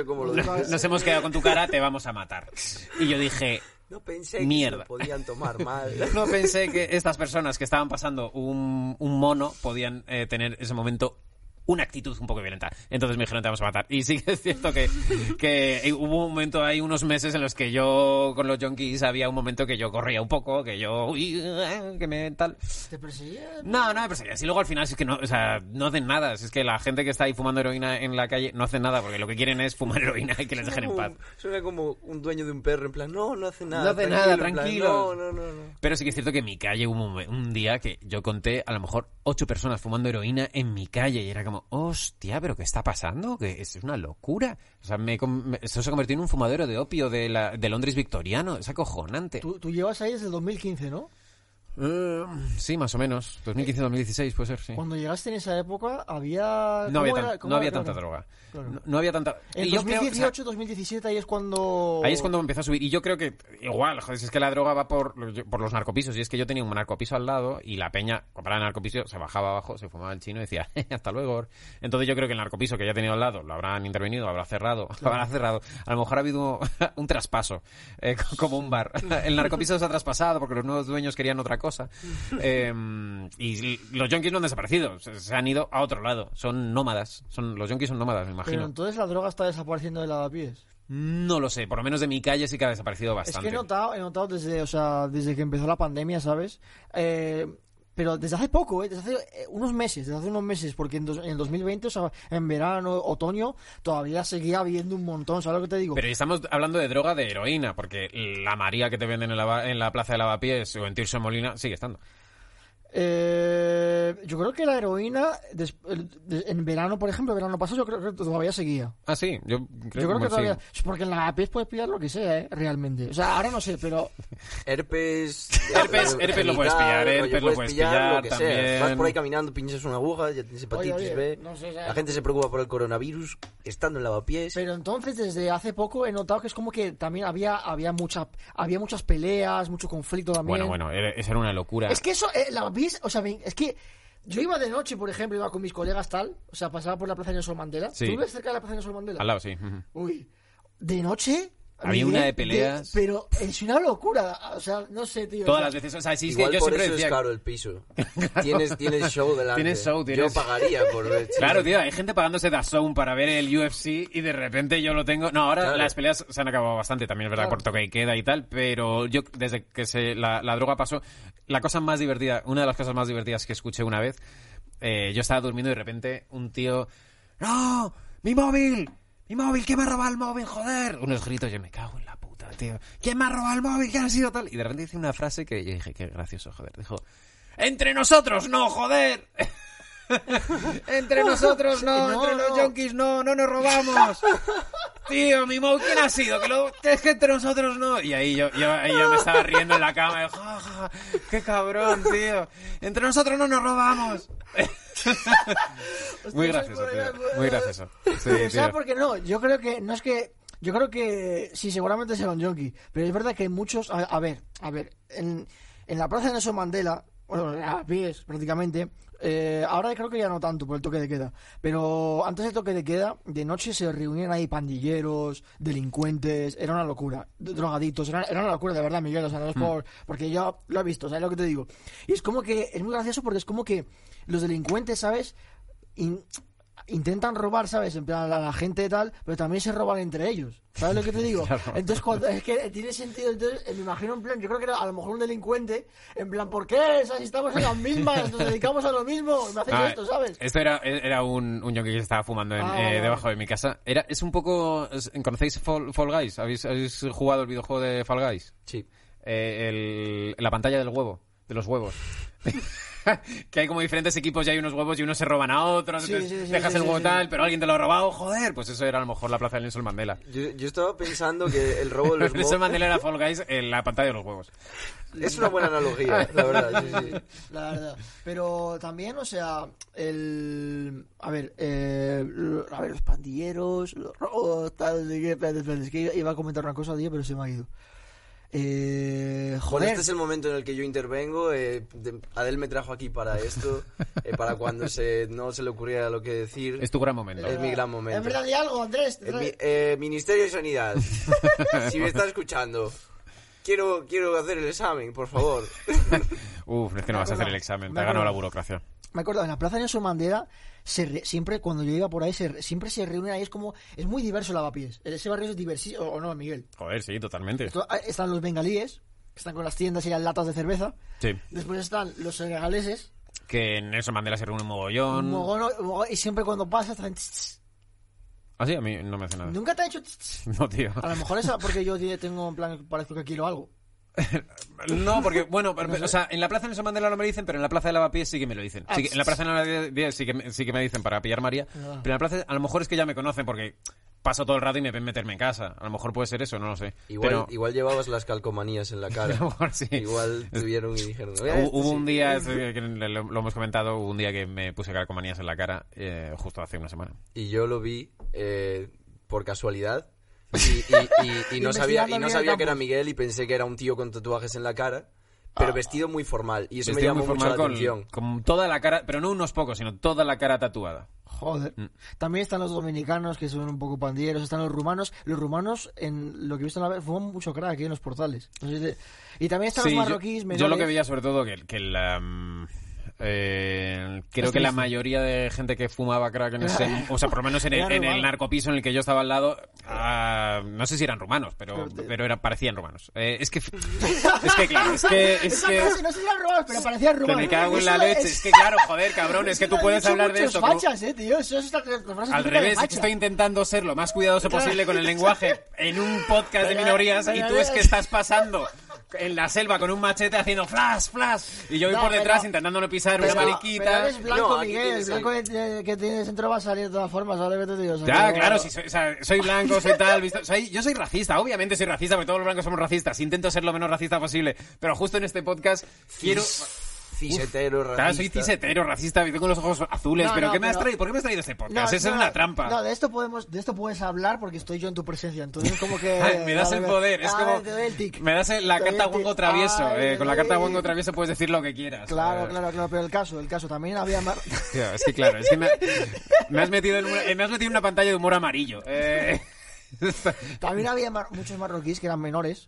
quedado con tu cara, te vamos a matar. Y yo dije... No pensé que mierda. se lo podían tomar mal. No pensé que estas personas que estaban pasando un mono podían tener ese momento una actitud un poco violenta. Entonces me dijeron, te vamos a matar. Y sí que es cierto que hubo un momento, hay unos meses en los que yo con los yonkis había un momento que yo corría un poco, que yo... que me tal... ¿Te perseguían? No me perseguían. Y luego al final es que no, o sea, no hacen nada. Es que la gente que está ahí fumando heroína en la calle no hacen nada porque lo que quieren es fumar heroína y que les dejen en paz. Suena como un dueño de un perro, en plan, no hace nada. No hace nada, en plan, tranquilo. No. Pero sí que es cierto que en mi calle hubo un día que yo conté a lo mejor 8 personas fumando heroína en mi calle y era como, hostia, ¿pero qué está pasando? Que es una locura. O sea, eso se convirtió en un fumadero de opio de Londres victoriano. Es acojonante. Tú llevas ahí desde el 2015, ¿no? Sí, más o menos. 2015-2016 puede ser, sí. Cuando llegaste en esa época había... No ¿Cómo había era? tanta Claro. droga. Claro. No había tanta... En y yo creo, 2018, o sea, 2017 ahí es cuando... ahí es cuando empezó a subir. Y yo creo que igual, joder, si es que la droga va por los narcopisos. Y es que yo tenía un narcopiso al lado y la peña, compraba el narcopiso, se bajaba abajo, se fumaba el chino y decía, hasta luego. Entonces yo creo que el narcopiso que ya tenía al lado lo habrán intervenido, lo habrá cerrado. Lo habrá cerrado. A lo mejor ha habido un traspaso, como un bar. El narcopiso se ha traspasado porque los nuevos dueños querían otra cosa. Y los yonkis no han desaparecido, se han ido a otro lado. Son nómadas. Los yonkis son nómadas, me imagino. Pero entonces la droga está desapareciendo de Lavapiés. No lo sé, por lo menos de mi calle sí que ha desaparecido bastante. Es que he notado desde que empezó la pandemia, ¿sabes? Pero desde hace poco, desde hace unos meses, porque en el 2020, o sea, en verano, otoño, todavía seguía habiendo un montón, ¿sabes lo que te digo? Pero estamos hablando de droga de heroína, porque la María que te venden en la plaza de Lavapiés o en Tirso de Molina sigue estando. Yo creo que la heroína, en verano, por ejemplo, verano pasado, yo creo que todavía seguía. Ah, sí, yo creo que todavía. sí. Porque en la pies puedes pillar lo que sea, realmente. O sea, ahora no sé, pero. Herpes lo puedes pillar, herpes lo puedes pillar lo que también. sea. Vas por ahí caminando, pinchas una aguja, ya tienes hepatitis B. No sé, la gente se preocupa por el coronavirus estando en lavapiés. Pero entonces, desde hace poco he notado que es como que también había muchas peleas, mucho conflicto también. Bueno, eso era una locura. Es que eso, lavapiés, o sea, es que yo iba de noche, por ejemplo, iba con mis colegas tal, o sea, pasaba por la plaza de Nelson Mandela. Sí. ¿Tú vives cerca de la plaza de Nelson Mandela? Al lado, sí. Uy, de noche. Había una de peleas. Pero es una locura, o sea, no sé, tío. Todas las veces, o sea, sí, igual yo por siempre eso decía... es caro el piso. Tienes show delante. Tienes show, Yo pagaría por ver. Claro, tío, hay gente pagándose DAZN para ver el UFC y de repente yo lo tengo... No, ahora Claro. las peleas se han acabado bastante, también es verdad, por toque y queda y tal, pero yo, desde que la droga pasó, una de las cosas más divertidas que escuché una vez, yo estaba durmiendo y de repente un tío... ¡No! ¡Mi móvil! ¿Quién me ha robado el móvil, joder? Unos gritos, yo me cago en la puta, tío. ¿Quién me ha robado el móvil? ¿Quién ha sido tal? Y de repente dice una frase que yo dije, qué gracioso, joder. Dijo, ¡entre nosotros no, joder! Entre nosotros no, entre los yonkis no nos robamos. Tío, mi móvil, ¿quién ha sido? Es que entre nosotros no. Y ahí yo me estaba riendo en la cama. Y, ja, ja, qué cabrón, tío. Entre nosotros no nos robamos. Muy gracioso, tío. Muy gracioso. Sí, ¿Sabes por qué no? Yo creo que no es que... Yo creo que sí, seguramente será un yonki. Pero es verdad que hay muchos... A ver. En la plaza de Nelson Mandela, bueno, a pies prácticamente... ahora creo que ya no tanto por el toque de queda, pero antes del toque de queda, de noche se reunían ahí pandilleros, delincuentes, era una locura, drogadictos, era una locura de verdad, Miguel, o sea, no es porque yo lo he visto, ¿sabes lo que te digo? Y es como que, es muy gracioso porque es como que los delincuentes, ¿sabes? Intentan robar, ¿sabes? En plan, a la gente y tal, pero también se roban entre ellos. ¿Sabes lo que te digo? Claro. Entonces, es que tiene sentido. Entonces, me imagino, en plan, yo creo que era a lo mejor un delincuente, en plan, ¿por qué? O sea, si estamos en las mismas, nos dedicamos a lo mismo, me hacéis esto, ¿sabes? Esto era un yonki que estaba fumando debajo de mi casa. Es un poco... ¿Conocéis Fall Guys? ¿Habéis jugado el videojuego de Fall Guys? Sí. La pantalla del huevo, de los huevos. Que hay como diferentes equipos y hay unos huevos y unos se roban a otros, dejas el huevo tal, pero alguien te lo ha robado, joder, pues eso era a lo mejor la plaza de Nelson Mandela. Yo estaba pensando que el robo de los Nelson Mandela era Fall Guys en la pantalla de los huevos. Es una buena analogía, la verdad, sí. La verdad. Pero también, o sea, a ver, los pandilleros, los robos, tal, es que iba a comentar una cosa, tío, pero se me ha ido. Joder. Bueno, este es el momento en el que yo intervengo. Adel me trajo aquí para esto, para cuando no se le ocurriera lo que decir. Es tu gran momento. Es mi gran momento. ¿Es verdad de algo, Andrés? Ministerio de Sanidad, si me está escuchando, quiero hacer el examen, por favor. Uf, es que no vas a hacer el examen, te ha ganado la burocracia. Me acuerdo, en la plaza de Nelson Mandela, siempre cuando yo iba por ahí, siempre se reúnen ahí, es muy diverso el lavapiés. Ese barrio es diversísimo, ¿o no, Miguel? Joder, sí, totalmente. Están los bengalíes, que están con las tiendas y las latas de cerveza. Sí. Después están los senegaleses. Que en Nelson Mandela se reúne un mogollón. Y siempre cuando pasa están... Ah, sí, a mí no me hace nada. ¿Nunca te ha hecho...? No, tío. A lo mejor es porque yo tengo en plan, parezco que quiero algo. No, porque, bueno, o sea, en la plaza de Nelson Mandela no me lo dicen, pero en la plaza de Lavapiés sí que me lo dicen. Sí, en la plaza de Lavapiés sí que me dicen para pillar María, pero en la plaza a lo mejor es que ya me conocen porque paso todo el rato y me ven meterme en casa. A lo mejor puede ser eso, no lo sé. Igual llevabas las calcomanías en la cara. A lo mejor sí. Igual tuvieron y dijeron... Hubo un día, que lo hemos comentado, hubo un día que me puse calcomanías en la cara, justo hace una semana. Y yo lo vi por casualidad. Y no sabía que era Miguel y pensé que era un tío con tatuajes en la cara, pero vestido muy formal, y eso me llamó mucho la atención. Con toda la cara, pero no unos pocos, sino toda la cara tatuada. Joder. También están los dominicanos, que son un poco pandilleros, están los rumanos. Los rumanos, en lo que he visto en la vez, fuman mucho crack aquí en los portales. Y también están los marroquíes. Yo lo que veía sobre todo que creo que la mayoría de gente que fumaba crack o sea, por lo menos en el narcopiso en el que yo estaba al lado, no sé si eran rumanos, pero parecían rumanos. Es que claro, no sé si eran rumanos, pero parecían rumanos. Que me cago en la leche. Es que claro, joder, cabrón, es que tú puedes hablar de esto. Fachas, tío. Al revés, es que estoy intentando ser lo más cuidadoso posible con el lenguaje en un podcast de minorías y tú es que estás pasando en la selva con un machete haciendo flash, flash. Y yo voy por detrás intentando no pisar una mariquita. Pero eres blanco, No, aquí Miguel. El tienes blanco que tienes dentro va a salir de todas formas, ¿sabes lo que te digo? O sea, Ya, que- claro, si soy blanco, soy tal, yo soy racista, obviamente soy racista, porque todos los blancos somos racistas. Intento ser lo menos racista posible, pero justo en este podcast quiero... Cisetero, racista. Claro, soy cisetero, racista, tengo los ojos azules, No, pero no, ¿qué me has pero- traído? ¿Por qué me has traído este podcast? Esa es una trampa. No, de esto puedes hablar porque estoy yo en tu presencia. Entonces, como que. Me das el poder, es como... Te doy el tic. Me das la Te doy carta el tic. Wango Travieso. Ay, Con la carta ay. Wango Travieso puedes decir lo que quieras. Claro, pero el caso. También había. Tío, es que claro, es que me has metido en una pantalla de humor amarillo. También había muchos marroquíes que eran menores.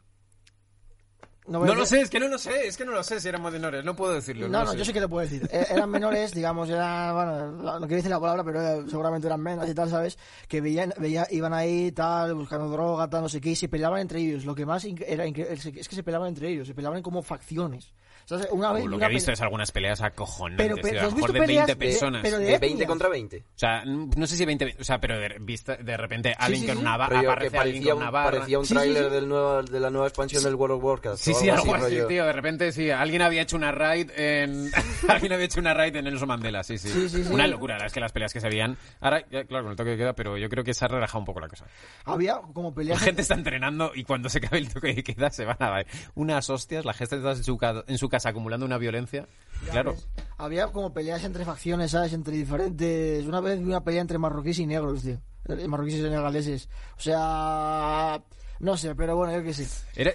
No lo sé, es que no lo sé si éramos menores, no puedo decirlo. No, lo sé. yo sí que lo puedo decir. Eran menores, digamos, bueno, no quiero decir la palabra, pero seguramente eran menos y tal, ¿sabes? Que iban ahí, tal, buscando droga, tal, no sé qué, y se peleaban entre ellos. Lo que más era increíble es que se peleaban entre ellos, se peleaban como facciones. ¿Sabes? Una vez Lo una que he visto pe- es algunas peleas acojonantes, Pero, tío, a ¿has lo mejor visto de 20 peleas personas. pero De 20 etnias? contra 20. O sea, no sé si 20... O sea, pero de repente alguien sí, con sí. una Rollo que aparece alguien con una barra... parecía un Sí, tráiler sí. de la nueva expansión del World of Warcraft. Sí, o sí, algo así, rollo. tío. De repente, sí, alguien había hecho una raid en... alguien había hecho una raid en Nelson Mandela, sí. Sí. Una locura, la verdad es que las peleas que se veían... Ahora, ya, claro, con el toque que queda, pero yo creo que se ha relajado un poco la cosa. Había como La peleas. gente está entrenando y cuando se acabe el toque que queda se van a dar unas hostias, la gente está en su casa acumulando una violencia. Claro. Había como peleas entre facciones, ¿sabes? Entre diferentes. Una vez vi una pelea entre marroquíes y negros, tío. Marroquíes y senegaleses. O sea. No sé, pero bueno, yo qué sé. Era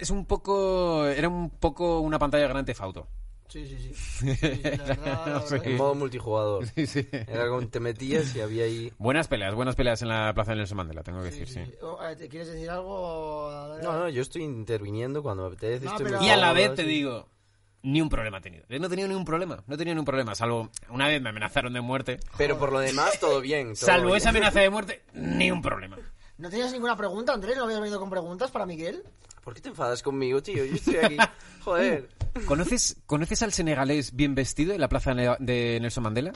un poco una pantalla grande Fauto. Sí, la verdad, No sé. En modo multijugador. Sí. Era como te metías y había ahí... Buenas peleas en la plaza de Nelson Mandela, tengo que decir, sí. ¿Quieres decir algo? No, yo estoy interviniendo cuando me apetece. No, estoy pero- muy Y a la cómodo, vez te sí. digo, ni un problema he tenido. No he tenido ni un problema, salvo una vez me amenazaron de muerte. Pero por lo demás, todo bien. todo Salvo bien. esa amenaza de muerte, ni un problema. ¿No tenías ninguna pregunta, Andrés? ¿No habías venido con preguntas para Miguel? ¿Por qué te enfadas conmigo, tío? Yo estoy aquí. Joder. ¿Conoces al senegalés bien vestido en la plaza de Nelson Mandela?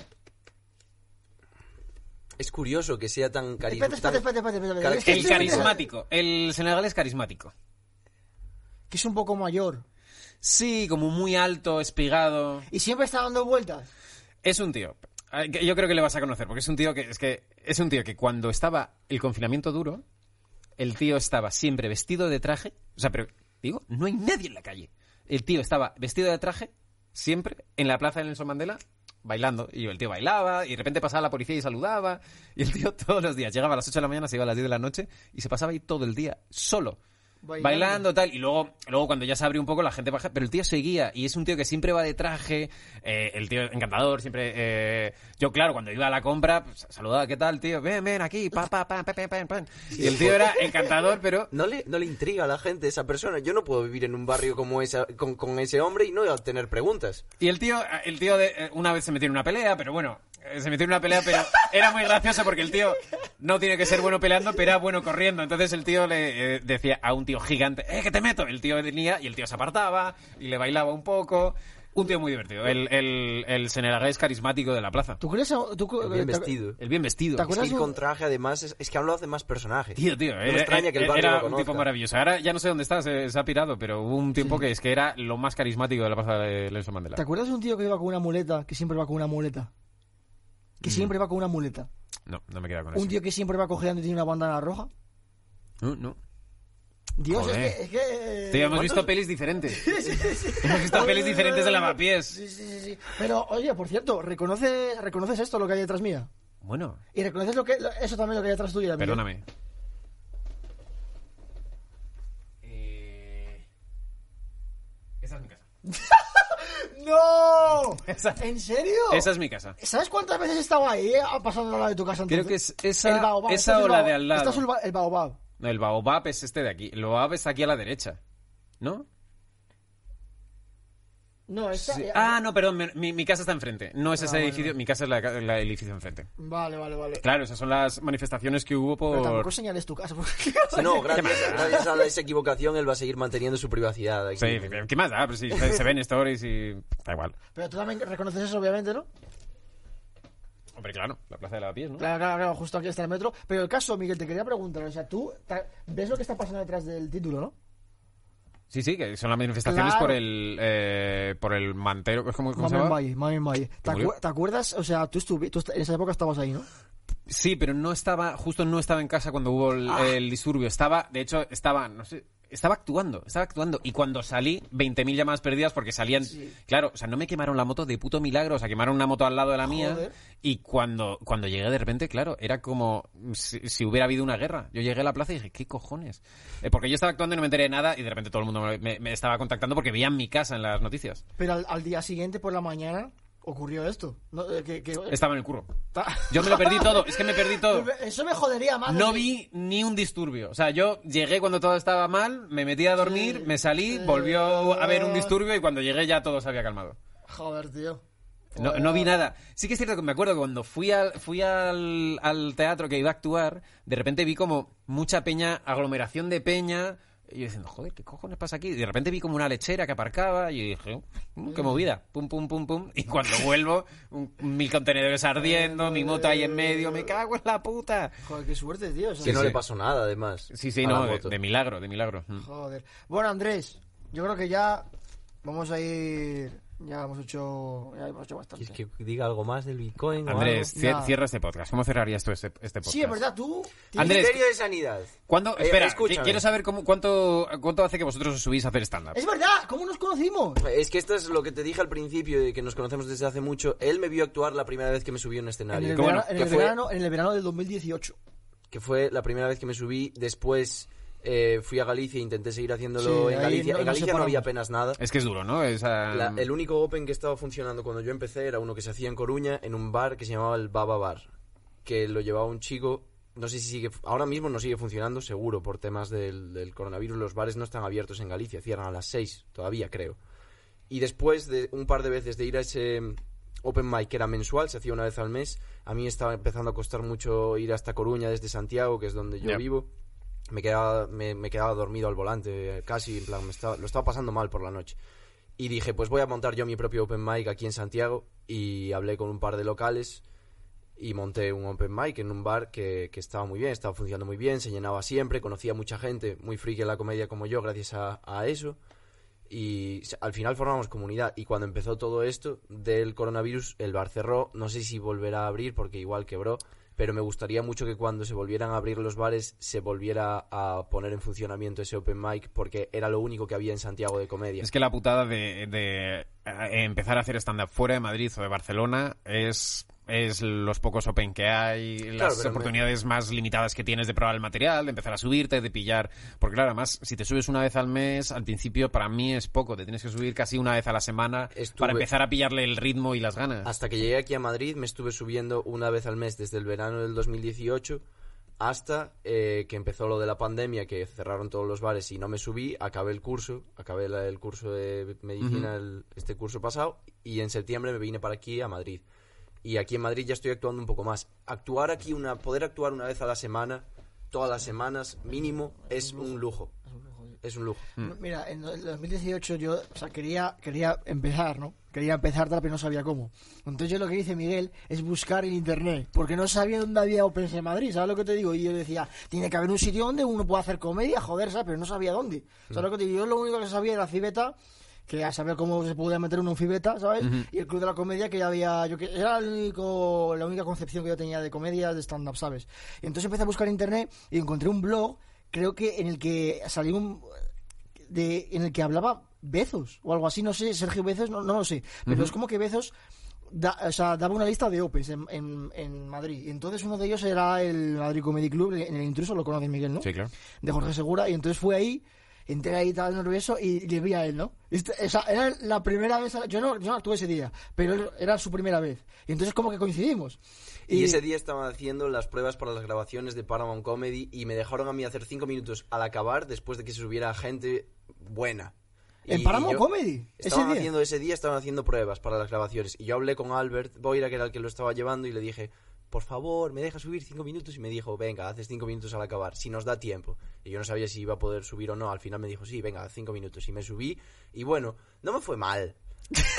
Es curioso que sea tan carismático. Espérate. El carismático, el senegalés carismático. Que es un poco mayor. Sí, como muy alto, espigado. Y siempre está dando vueltas. Es un tío. Que yo creo que le vas a conocer, porque es un tío que cuando estaba el confinamiento duro, el tío estaba siempre vestido de traje. O sea, pero digo, no hay nadie en la calle. El tío estaba vestido de traje siempre en la plaza de Nelson Mandela bailando. Y el tío bailaba y de repente pasaba la policía y saludaba. Y el tío todos los días llegaba a las 8 de la mañana, se iba a las 10 de la noche y se pasaba ahí todo el día solo. Bailando tal, y luego cuando ya se abrió un poco la gente baja, pero el tío seguía, y es un tío que siempre va de traje, el tío encantador, siempre, yo claro, cuando iba a la compra, pues, saludaba, ¿qué tal, tío? Ven, aquí, pan. Y el tío era encantador, pero... No le intriga a la gente esa persona. Yo no puedo vivir en un barrio como esa, con ese hombre y no tener preguntas. Y el tío una vez se metió en una pelea, pero bueno, pero era muy gracioso porque el tío no tiene que ser bueno peleando, pero era bueno corriendo. Entonces el tío le decía a un tío gigante, que te meto. El tío venía y el tío se apartaba y le bailaba un poco. Un tío muy divertido. El senegalés carismático de la plaza. ¿Tú crees? Bien vestido. El bien vestido. ¿Te Es que acuerdas ir con traje, además, es que aún lo hace más personaje. Tío, No me extraña que el barrio era lo un conozca. tipo maravilloso. Ahora ya no sé dónde está, se ha pirado, pero hubo un tiempo que era lo más carismático de la plaza de Nelson Mandela. ¿Te acuerdas de un tío que iba con una muleta? Que siempre va con una muleta. Siempre va con una muleta. No me queda con eso. Un tío que siempre va cojeando y tiene una bandana roja. No. Dios, Joder. es que... Tío, hemos visto pelis diferentes. Hemos visto pelis diferentes de lavapiés. Sí. Pero, oye, por cierto, ¿reconoces esto, lo que hay detrás mía? Bueno, Y reconoces eso también lo que hay detrás tuya. Miguel? perdóname. Esa es mi casa. ¡No! Esa- ¿En serio? Esa es mi casa. ¿Sabes cuántas veces he estado ahí, pasando al lado de tu casa? Creo entonces? que es esa, El baobab, esa esto es o el la baobab. de al lado. Esto es el baobab. No, el baobab es este de aquí. El baobab está aquí a la derecha. ¿No? No, esta... Sí. Ah, no, perdón. Mi casa está enfrente. No es ese vale, edificio. vale. Mi casa es la edificio enfrente. Vale. Claro, esas son las manifestaciones que hubo Pero tampoco por... señales tu casa. Porque... Si no, gracias a esa equivocación, él va a seguir manteniendo su privacidad. Aquí. Sí, ¿qué más da? Pero sí, se ven stories y... Da igual. Pero tú también reconoces eso, obviamente, ¿no? Hombre, claro. La plaza de Lavapiés, ¿no? Claro, justo aquí está el metro. Pero el caso, Miguel, te quería preguntar, o sea, tú ves lo que está pasando detrás del título, ¿no? Sí, que son las manifestaciones Claro. por el mantero. ¿Cómo se llama? Mamen Valle. ¿Te acuerdas? O sea, tú en esa época estabas ahí, ¿no? Sí, pero no estaba en casa cuando hubo el disturbio. Estaba actuando. Y cuando salí, 20.000 llamadas perdidas porque salían... Sí. Claro, o sea, no me quemaron la moto de puto milagro. O sea, quemaron una moto al lado de la mía. Joder. Y cuando llegué de repente, claro, era como si hubiera habido una guerra. Yo llegué a la plaza y dije, ¿qué cojones? Porque yo estaba actuando y no me enteré de nada y de repente todo el mundo me estaba contactando porque veían mi casa en las noticias. Pero al día siguiente, por la mañana, ocurrió esto. ¿No? Estaba en el curro. Yo me lo perdí todo. Es que me perdí todo. Eso me jodería más. No vi ni un disturbio. O sea, yo llegué cuando todo estaba mal, me metí a dormir, me salí, volvió a haber un disturbio y cuando llegué ya todo se había calmado. Joder, tío. No vi nada. Sí que es cierto que me acuerdo que cuando fui al teatro que iba a actuar, de repente vi como mucha peña, aglomeración de peña, y yo diciendo, joder, ¿qué cojones pasa aquí? Y de repente vi como una lechera que aparcaba y dije, qué movida, pum, pum, pum, pum. Y cuando vuelvo, 1.000 contenedores ardiendo, mi moto ahí en medio, me cago en la puta. Joder, qué suerte, tío. Que no le pasó nada, además. Sí, a la no, moto. de milagro. Joder. Bueno, Andrés, yo creo que ya vamos a ir... Ya hemos hecho bastante. ¿Quieres que diga algo más del Bitcoin? Andrés, o algo? cierra este podcast. ¿Cómo cerrarías tú este podcast? Sí, es verdad, tú... Andrés, Ministerio de Sanidad. ¿Cuándo? Espera, escúchame. quiero saber cuánto hace que vosotros os subís a hacer stand-up. Es verdad, ¿cómo nos conocimos? Es que esto es lo que te dije al principio, de que nos conocemos desde hace mucho. Él me vio actuar la primera vez que me subí a un escenario. En el verano del 2018. Que fue la primera vez que me subí. Después fui a Galicia e intenté seguir haciéndolo Sí, en ahí Galicia. no- En no Galicia no separamos. había apenas nada. Es que es duro, ¿no? El único open que estaba funcionando cuando yo empecé era uno que se hacía en Coruña, en un bar que se llamaba el Baba Bar, que lo llevaba un chico. No sé si sigue, ahora mismo no sigue funcionando, seguro, por temas del coronavirus. Los bares no están abiertos en Galicia, cierran a las 6 todavía, creo. Y después de un par de veces de ir a ese open mic, que era mensual, se hacía una vez al mes, a mí estaba empezando a costar mucho ir hasta Coruña desde Santiago, que es donde yo vivo. Me quedaba dormido al volante, casi, en plan, lo estaba pasando mal por la noche. Y dije, pues voy a montar yo mi propio open mic aquí en Santiago, y hablé con un par de locales y monté un open mic en un bar que estaba muy bien, estaba funcionando muy bien, se llenaba siempre, conocía mucha gente muy friki en la comedia como yo gracias a eso, y al final formamos comunidad. Y cuando empezó todo esto del coronavirus, el bar cerró. No sé si volverá a abrir porque igual quebró, pero me gustaría mucho que cuando se volvieran a abrir los bares se volviera a poner en funcionamiento ese open mic, porque era lo único que había en Santiago de comedia. Es que la putada de empezar a hacer stand-up fuera de Madrid o de Barcelona es los pocos open que hay, Claro, las pero oportunidades más limitadas que tienes de probar el material, de empezar a subirte, de pillar. Porque claro, además, si te subes una vez al mes, al principio para mí es poco. Te tienes que subir casi una vez a la semana para empezar a pillarle el ritmo y las ganas. Hasta que llegué aquí a Madrid me estuve subiendo una vez al mes desde el verano del 2018 hasta que empezó lo de la pandemia, que cerraron todos los bares y no me subí. Acabé el curso de medicina, este curso pasado, y en septiembre me vine para aquí a Madrid. Y aquí en Madrid ya estoy actuando un poco más. Poder actuar una vez a la semana, todas las semanas, mínimo, es un lujo. Es un lujo. Mira, en el 2018 yo, quería empezar, ¿no? Quería empezar tal, pero no sabía cómo. Entonces yo lo que hice, Miguel, es buscar en internet, porque no sabía dónde había Opens en Madrid, ¿sabes lo que te digo? Y yo decía, tiene que haber un sitio donde uno pueda hacer comedia, joder, ¿sabes? Pero no sabía dónde. ¿Sabes lo que te digo? Yo lo único que sabía era Cibeta, que a saber cómo se podía meter uno en Fibeta, ¿sabes? Y el Club de la Comedia, que ya había... era la única concepción que yo tenía de comedia, de stand-up, ¿sabes? Y entonces empecé a buscar en internet y encontré un blog, creo que en el que salió en el que hablaba Bezos, o algo así, no sé, Sergio Bezos, no lo sé. Pero es como que Bezos daba una lista de opens en Madrid. Y entonces uno de ellos era el Madrid Comedy Club, en el Intruso, lo conoces, Miguel, ¿no? Sí, claro. De Jorge Segura, y entonces fue ahí... Entré ahí, estaba nervioso y le vi a él, ¿no? Era la primera vez... Yo no actué ese día, pero era su primera vez. Y entonces como que coincidimos. Y ese día estaban haciendo las pruebas para las grabaciones de Paramount Comedy y me dejaron a mí hacer 5 minutos al acabar después de que se subiera gente buena. ¿En Paramount Comedy? Ese día estaban haciendo pruebas para las grabaciones. Y yo hablé con Albert Boira, que era el que lo estaba llevando, y le dije... por favor, me deja subir 5 minutos, y me dijo, venga, haces 5 minutos al acabar, si nos da tiempo. Y yo no sabía si iba a poder subir o no. Al final me dijo, sí, venga, 5 minutos, y me subí, y bueno, no me fue mal.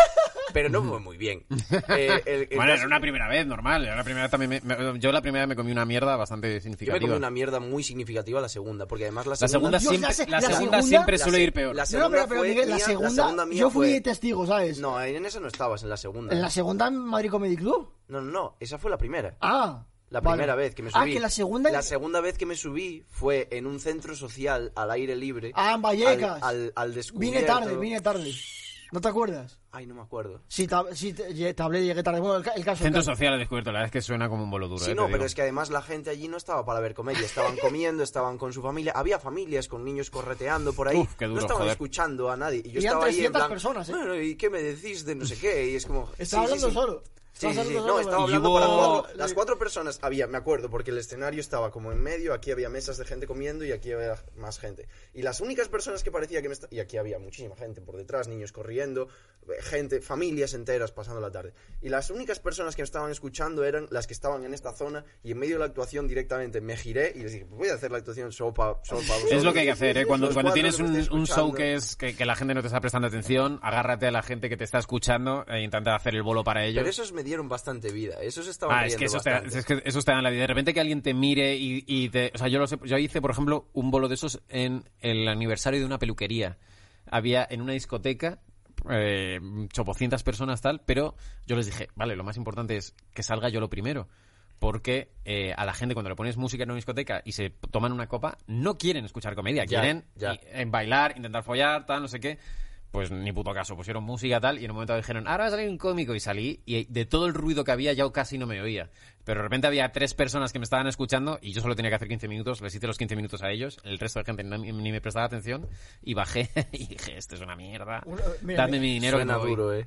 pero no fue muy bien. Bueno, era una primera vez, normal. Era la primera vez también yo la primera vez me comí una mierda bastante Yo significativa. me comí una mierda muy significativa la segunda, porque además La segunda Dios, siempre suele ir peor. La No, segunda pero fue Miguel, mía, la segunda mía yo fui fue... testigo, ¿sabes? No, en esa no estabas, en la segunda. ¿En la segunda en Madrid Comedy Club? No, esa fue la primera. Ah. La vale. primera vez que me subí. Que la segunda... La segunda vez que me subí fue en un centro social al aire libre. En Vallecas. Al descubierto. Vine tarde. ¿No te acuerdas? Ay, no me acuerdo. Sí, te hablé, llegué tarde. Bueno, el caso... Centro social he descubierto, la verdad es que suena como un bolo duro. Sí, no, pero es que además la gente allí no estaba para ver comedia. Estaban comiendo, estaban con su familia. Había familias con niños correteando por ahí. Uf, qué duro, no estaban joder. escuchando a nadie. Y yo Habían estaba ahí en 300 plan... personas, ¿eh? Bueno, ¿y qué me decís de no sé qué? Y es como... Estaba hablando solo. Sí. Estaba No, estaba hablando hubo- para las 4 personas. Me acuerdo, porque el escenario estaba como en medio, aquí había mesas de gente comiendo y aquí había más gente. Y las únicas personas que parecía que y aquí había muchísima gente por detrás, niños corriendo, gente, familias enteras pasando la tarde. Y las únicas personas que me estaban escuchando eran las que estaban en esta zona, y en medio de la actuación directamente me giré y les dije, pues voy a hacer la actuación solo para Es lo que hay que hacer, ¿eh? Cuando tienes un show escuchando. que es que la gente no te está prestando atención, agárrate a la gente que te está escuchando e intenta hacer el bolo para ellos. Pero esos me dieron bastante vida, esos estaban Es que riendo bastante. esos te dan la vida. De repente que alguien te mire y te... O sea, yo hice, por ejemplo, un bolo de esos en el aniversario de una peluquería. Había en una discoteca... chopocientas personas tal, pero yo les dije, vale, lo más importante es que salga yo lo primero, porque a la gente cuando le pones música en una discoteca y se toman una copa, no quieren escuchar comedia, quieren bailar, intentar follar, tal, no sé qué. Pues ni puto caso, pusieron música tal y en un momento dijeron, ahora va a salir un cómico, y salí y de todo el ruido que había yo casi no me oía, pero de repente había 3 personas que me estaban escuchando y yo solo tenía que hacer 15 minutos, les hice los 15 minutos a ellos, el resto de gente ni me prestaba atención y bajé y dije, esto es una mierda, dadme mi dinero. Suena que me voy. duro,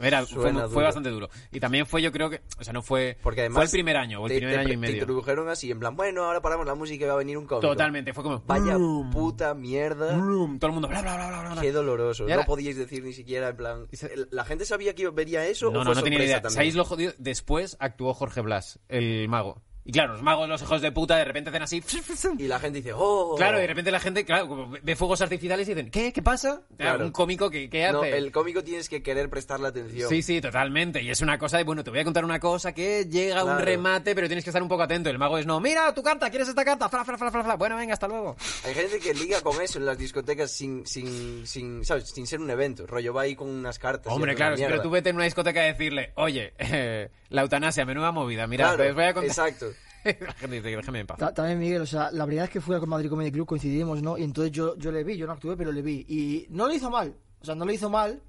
Fue bastante duro, y también fue, yo creo que, o sea, no fue, porque además fue el primer año o el primer año y te medio. introdujeron así, en plan, bueno, ahora paramos la música y va a venir un cómico. Totalmente, fue como Vaya puta mierda. todo el mundo bla bla bla bla bla. Qué doloroso. Y ahora- No podíais decir ni siquiera, en plan... ¿La gente sabía que vería eso No, o fue no tenía sorpresa idea. también? ¿Sabéis lo jodido? Después actuó Jorge Blas, el mago. Y claro, los magos, los hijos de puta, de repente hacen así... Y la gente dice, ¡oh! Claro, y de repente la gente, claro, como ve fuegos artificiales y dicen, ¿qué pasa? Claro. Un cómico que hace... No, el cómico tienes que querer prestarle atención. Sí, totalmente. Y es una cosa de, bueno, te voy a contar una cosa que llega a un Claro. remate, pero tienes que estar un poco atento. El mago es, no, mira, tu carta, ¿quieres esta carta? Fla, fla, fla, fla, fla. Bueno, venga, hasta luego. Hay gente que liga con eso en las discotecas sin ¿sabes? Sin ser un evento. Rollo va ahí con unas cartas. Hombre, y hace claro, una mierda. pero tú vete en una discoteca a decirle, oye, la eutanasia, menuda movida, mira, Claro, les voy a contar... exacto. La gente dice, déjame en paz. También, Miguel, o sea, la primera vez que fui al Madrid Comedy Club coincidimos, ¿no? Y entonces yo le vi, yo no actué, pero le vi. Y no lo hizo mal. O sea, no lo hizo mal.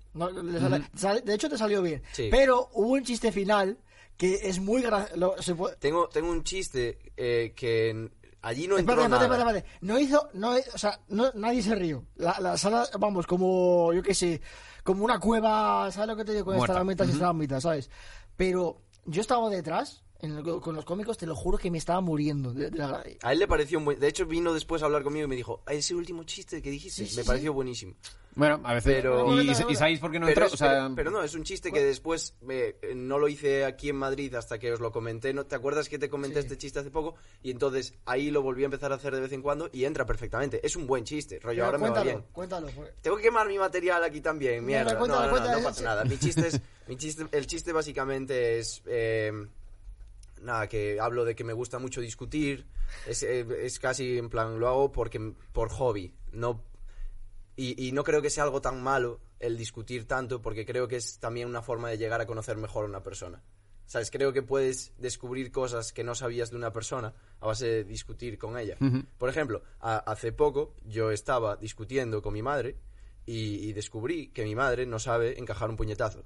De hecho, te salió bien. Sí. Pero hubo un chiste final que es muy gracioso. Tengo un chiste que allí no entró nada. Espérate. Nadie se rió. La sala, vamos, como, yo qué sé, como una cueva, ¿sabes lo que te digo? Con Muerta. estalagmitas y estalagmitas, ¿sabes? Pero yo estaba detrás, con los cómicos, te lo juro que me estaba muriendo de la... A él le pareció un buen... De hecho, vino después a hablar conmigo y me dijo, ese último chiste que dijiste me pareció buenísimo. Bueno, a veces... Pero- ¿Y sabéis por qué no Pero, entró? O sea... pero no, es un chiste que después no lo hice aquí en Madrid hasta que os lo comenté. ¿No? ¿Te acuerdas que te comenté este chiste hace poco? Y entonces ahí lo volví a empezar a hacer de vez en cuando y entra perfectamente. Es un buen chiste, rollo, ahora me va bien. Cuéntalo. Tengo que quemar mi material aquí también, mierda. Cuéntalo, No pasa nada. El chiste básicamente es... nada, que hablo de que me gusta mucho discutir. Es casi en plan, lo hago por hobby. No, y no creo que sea algo tan malo el discutir tanto, porque creo que es también una forma de llegar a conocer mejor a una persona. ¿Sabes? Creo que puedes descubrir cosas que no sabías de una persona a base de discutir con ella. Por ejemplo, hace poco yo estaba discutiendo con mi madre y descubrí que mi madre no sabe encajar un puñetazo.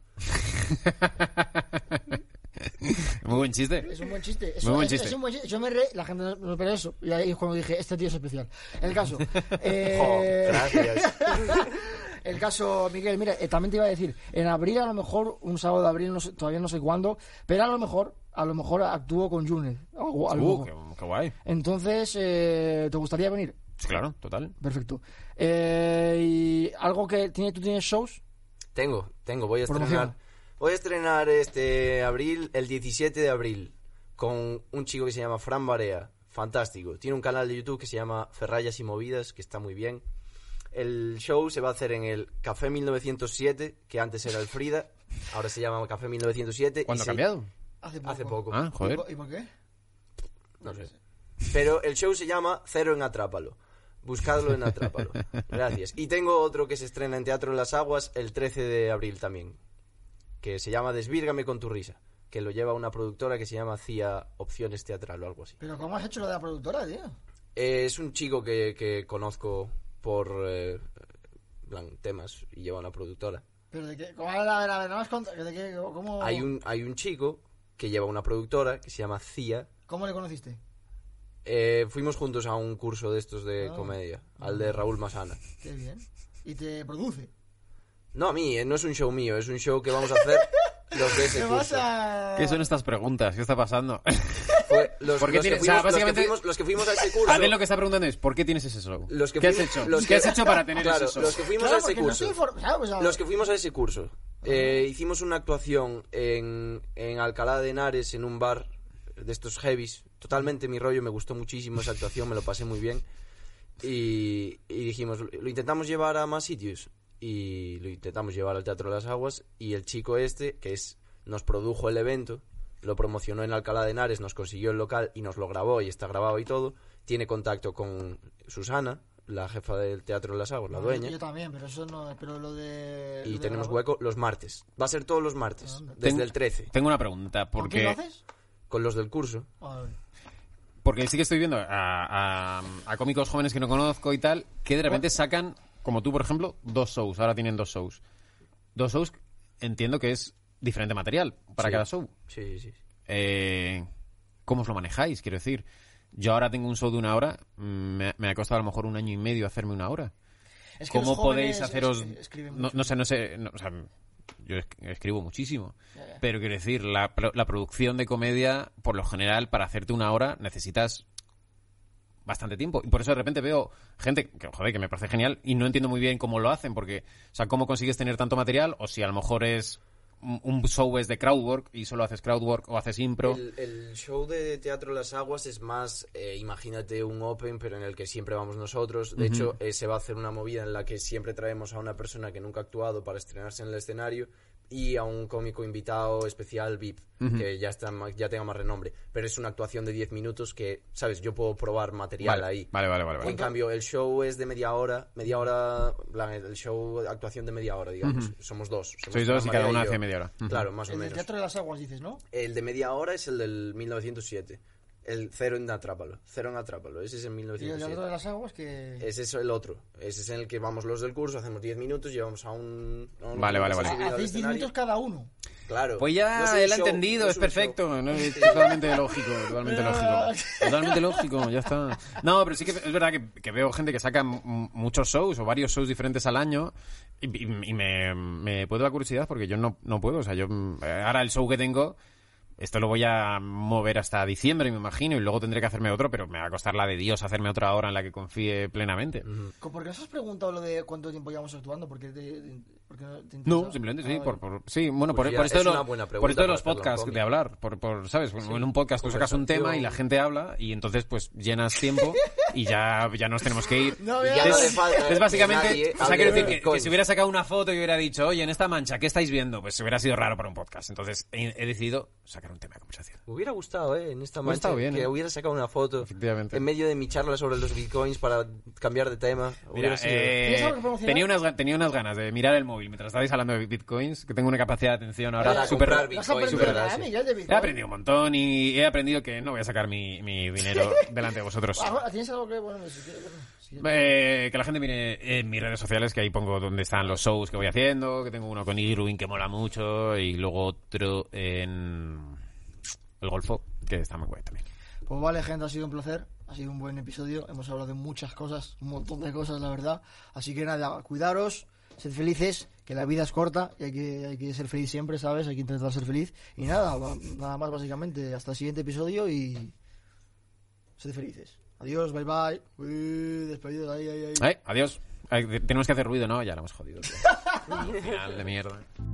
Muy buen chiste. Es un buen chiste. Muy buen chiste. Es un buen chiste. Yo me reí, la gente no espera eso. Y ahí es cuando dije, este tío es especial. El caso. Gracias. El caso, Miguel, mira, también te iba a decir, en abril, a lo mejor, un sábado de abril, todavía no sé cuándo, pero a lo mejor actúo con Junet. Qué guay. Entonces, ¿te gustaría venir? Sí, claro, total. Perfecto. ¿Y algo que tú tienes shows? Tengo, voy a Promoción. estrenar. Voy a estrenar este abril, el 17 de abril, con un chico que se llama Fran Barea. Fantástico. Tiene un canal de YouTube que se llama Ferrayas y Movidas, que está muy bien. El show se va a hacer en el Café 1907, que antes era el Frida. Ahora se llama Café 1907. ¿Cuándo ha cambiado? Hace poco. Ah, joder. ¿Y por qué? No sé. Pero el show se llama Cero en Atrápalo. Buscadlo en Atrápalo. Gracias. Y tengo otro que se estrena en Teatro en las Aguas el 13 de abril también, que se llama Desvírgame con tu risa, que lo lleva una productora que se llama CIA Opciones Teatral o algo así. ¿Pero cómo has hecho lo de la productora, tío? Es un chico que conozco por temas y lleva una productora. ¿Pero de qué? A ver, no me has contado. ¿De qué? ¿Cómo? Hay un chico que lleva una productora que se llama CIA. ¿Cómo le conociste? Fuimos juntos a un curso de estos de comedia, al de Raúl Masana. Qué bien. ¿Y te produce? No, a mí, no es un show mío, es un show que vamos a hacer los de ese ¿Qué curso. pasa? ¿Qué son estas preguntas? ¿Qué está pasando? Los que fuimos a ese curso. Adel lo que está preguntando es, ¿por qué tienes ese show? ¿Qué has hecho? Los ¿Qué has hecho para tener claro, ese show? los que fuimos Claro, a ese porque no curso. estoy informado, pues, Los que fuimos a ese curso. Hicimos una actuación en Alcalá de Henares, en un bar de estos heavies. Totalmente mi rollo, me gustó muchísimo esa actuación, me lo pasé muy bien. Y dijimos, lo intentamos llevar a más sitios. Y lo intentamos llevar al Teatro de las Aguas. Y el chico este, nos produjo el evento, lo promocionó en Alcalá de Henares, nos consiguió el local y nos lo grabó y está grabado y todo. Tiene contacto con Susana, la jefa del Teatro de las Aguas, la dueña. Yo también, pero eso no. Pero lo de. Y tenemos hueco los martes. Va a ser todos los martes, desde el 13. Tengo una pregunta, ¿Por qué porque... lo haces? Con los del curso. Porque sí que estoy viendo a cómicos jóvenes que no conozco y tal, que de repente sacan, como tú, por ejemplo, 2 shows. Ahora tienen 2 shows. 2 shows, entiendo que es diferente material para cada show. Sí. ¿Cómo os lo manejáis? Quiero decir, yo ahora tengo un show de 1 hora, me ha costado a lo mejor 1 año y medio hacerme 1 hora. Es que ¿Cómo podéis haceros...? No sé, o sea, yo escribo muchísimo, pero quiero decir, la producción de comedia, por lo general, para hacerte 1 hora necesitas bastante tiempo. Y por eso de repente veo gente que me parece genial y no entiendo muy bien cómo lo hacen, porque, o sea, cómo consigues tener tanto material, o si a lo mejor es un show es de crowdwork y solo haces crowdwork o haces impro. El show de Teatro Las Aguas es más, imagínate un open, pero en el que siempre vamos nosotros. De hecho, se va a hacer una movida en la que siempre traemos a una persona que nunca ha actuado para estrenarse en el escenario y a un cómico invitado especial VIP, que ya tenga más renombre. Pero es una actuación de 10 minutos que, ¿sabes? Yo puedo probar material ahí. Vale. En cambio, el show es de media hora, el show, actuación de media hora, digamos. Somos 2. Sois 2 y cada uno hace media hora. Claro, más o menos. El Teatro de las Aguas, dices, ¿no? El de media hora es el del 1907. El Cero en Atrápalo. Ese es en 1907. Y el Teatro de las Aguas que... Ese es el otro. Ese es en el que vamos los del curso, hacemos 10 minutos, llevamos a un Vale. Hacéis 10 minutos cada uno. Claro. Pues ya él ha entendido, es perfecto. No, es totalmente lógico. Totalmente lógico, ya está. No, pero sí que es verdad que veo gente que saca muchos shows o varios shows diferentes al año y me puedo la curiosidad porque yo no puedo. O sea, yo ahora el show que tengo... Esto lo voy a mover hasta diciembre, me imagino, y luego tendré que hacerme otro, pero me va a costar la de Dios hacerme otra hora en la que confíe plenamente. ¿Por qué nos has preguntado lo de cuánto tiempo llevamos actuando? ¿Por qué No, simplemente sí, sí, bueno, pues por esto de los para podcasts, de hablar, ¿sabes? Sí. En un podcast tú sacas un tema y la gente habla y entonces pues llenas tiempo y ya nos tenemos que ir. Entonces básicamente, o sea, quiero decir que si hubiera sacado una foto y hubiera dicho, oye, en esta mancha, ¿qué estáis viendo? Pues hubiera sido raro para un podcast. Entonces he decidido sacar un tema de conversación. Me hubiera gustado, en esta mancha, bien, que hubiera sacado una foto en medio de mi charla sobre los bitcoins para cambiar de tema. Mira, tenía unas ganas de mirar el móvil mientras estabais hablando de bitcoins, que tengo una capacidad de atención ahora súper... He aprendido un montón y he aprendido que no voy a sacar mi dinero delante de vosotros. ¿Tienes algo que...? Que la gente mire en mis redes sociales, que ahí pongo dónde están los shows que voy haciendo, que tengo uno con Irwin que mola mucho y luego otro en el Golfo, que está muy guay también. Pues vale, gente, ha sido un placer, ha sido un buen episodio, hemos hablado de muchas cosas, un montón de cosas, la verdad, así que nada, cuidaros, sed felices, que la vida es corta y hay que ser feliz siempre, ¿sabes? Hay que intentar ser feliz y nada más básicamente, hasta el siguiente episodio y sed felices. Adiós, bye bye. Uy, despedidos, ahí. Adiós. Tenemos que hacer ruido, ¿no? Ya lo hemos jodido. Final de mierda.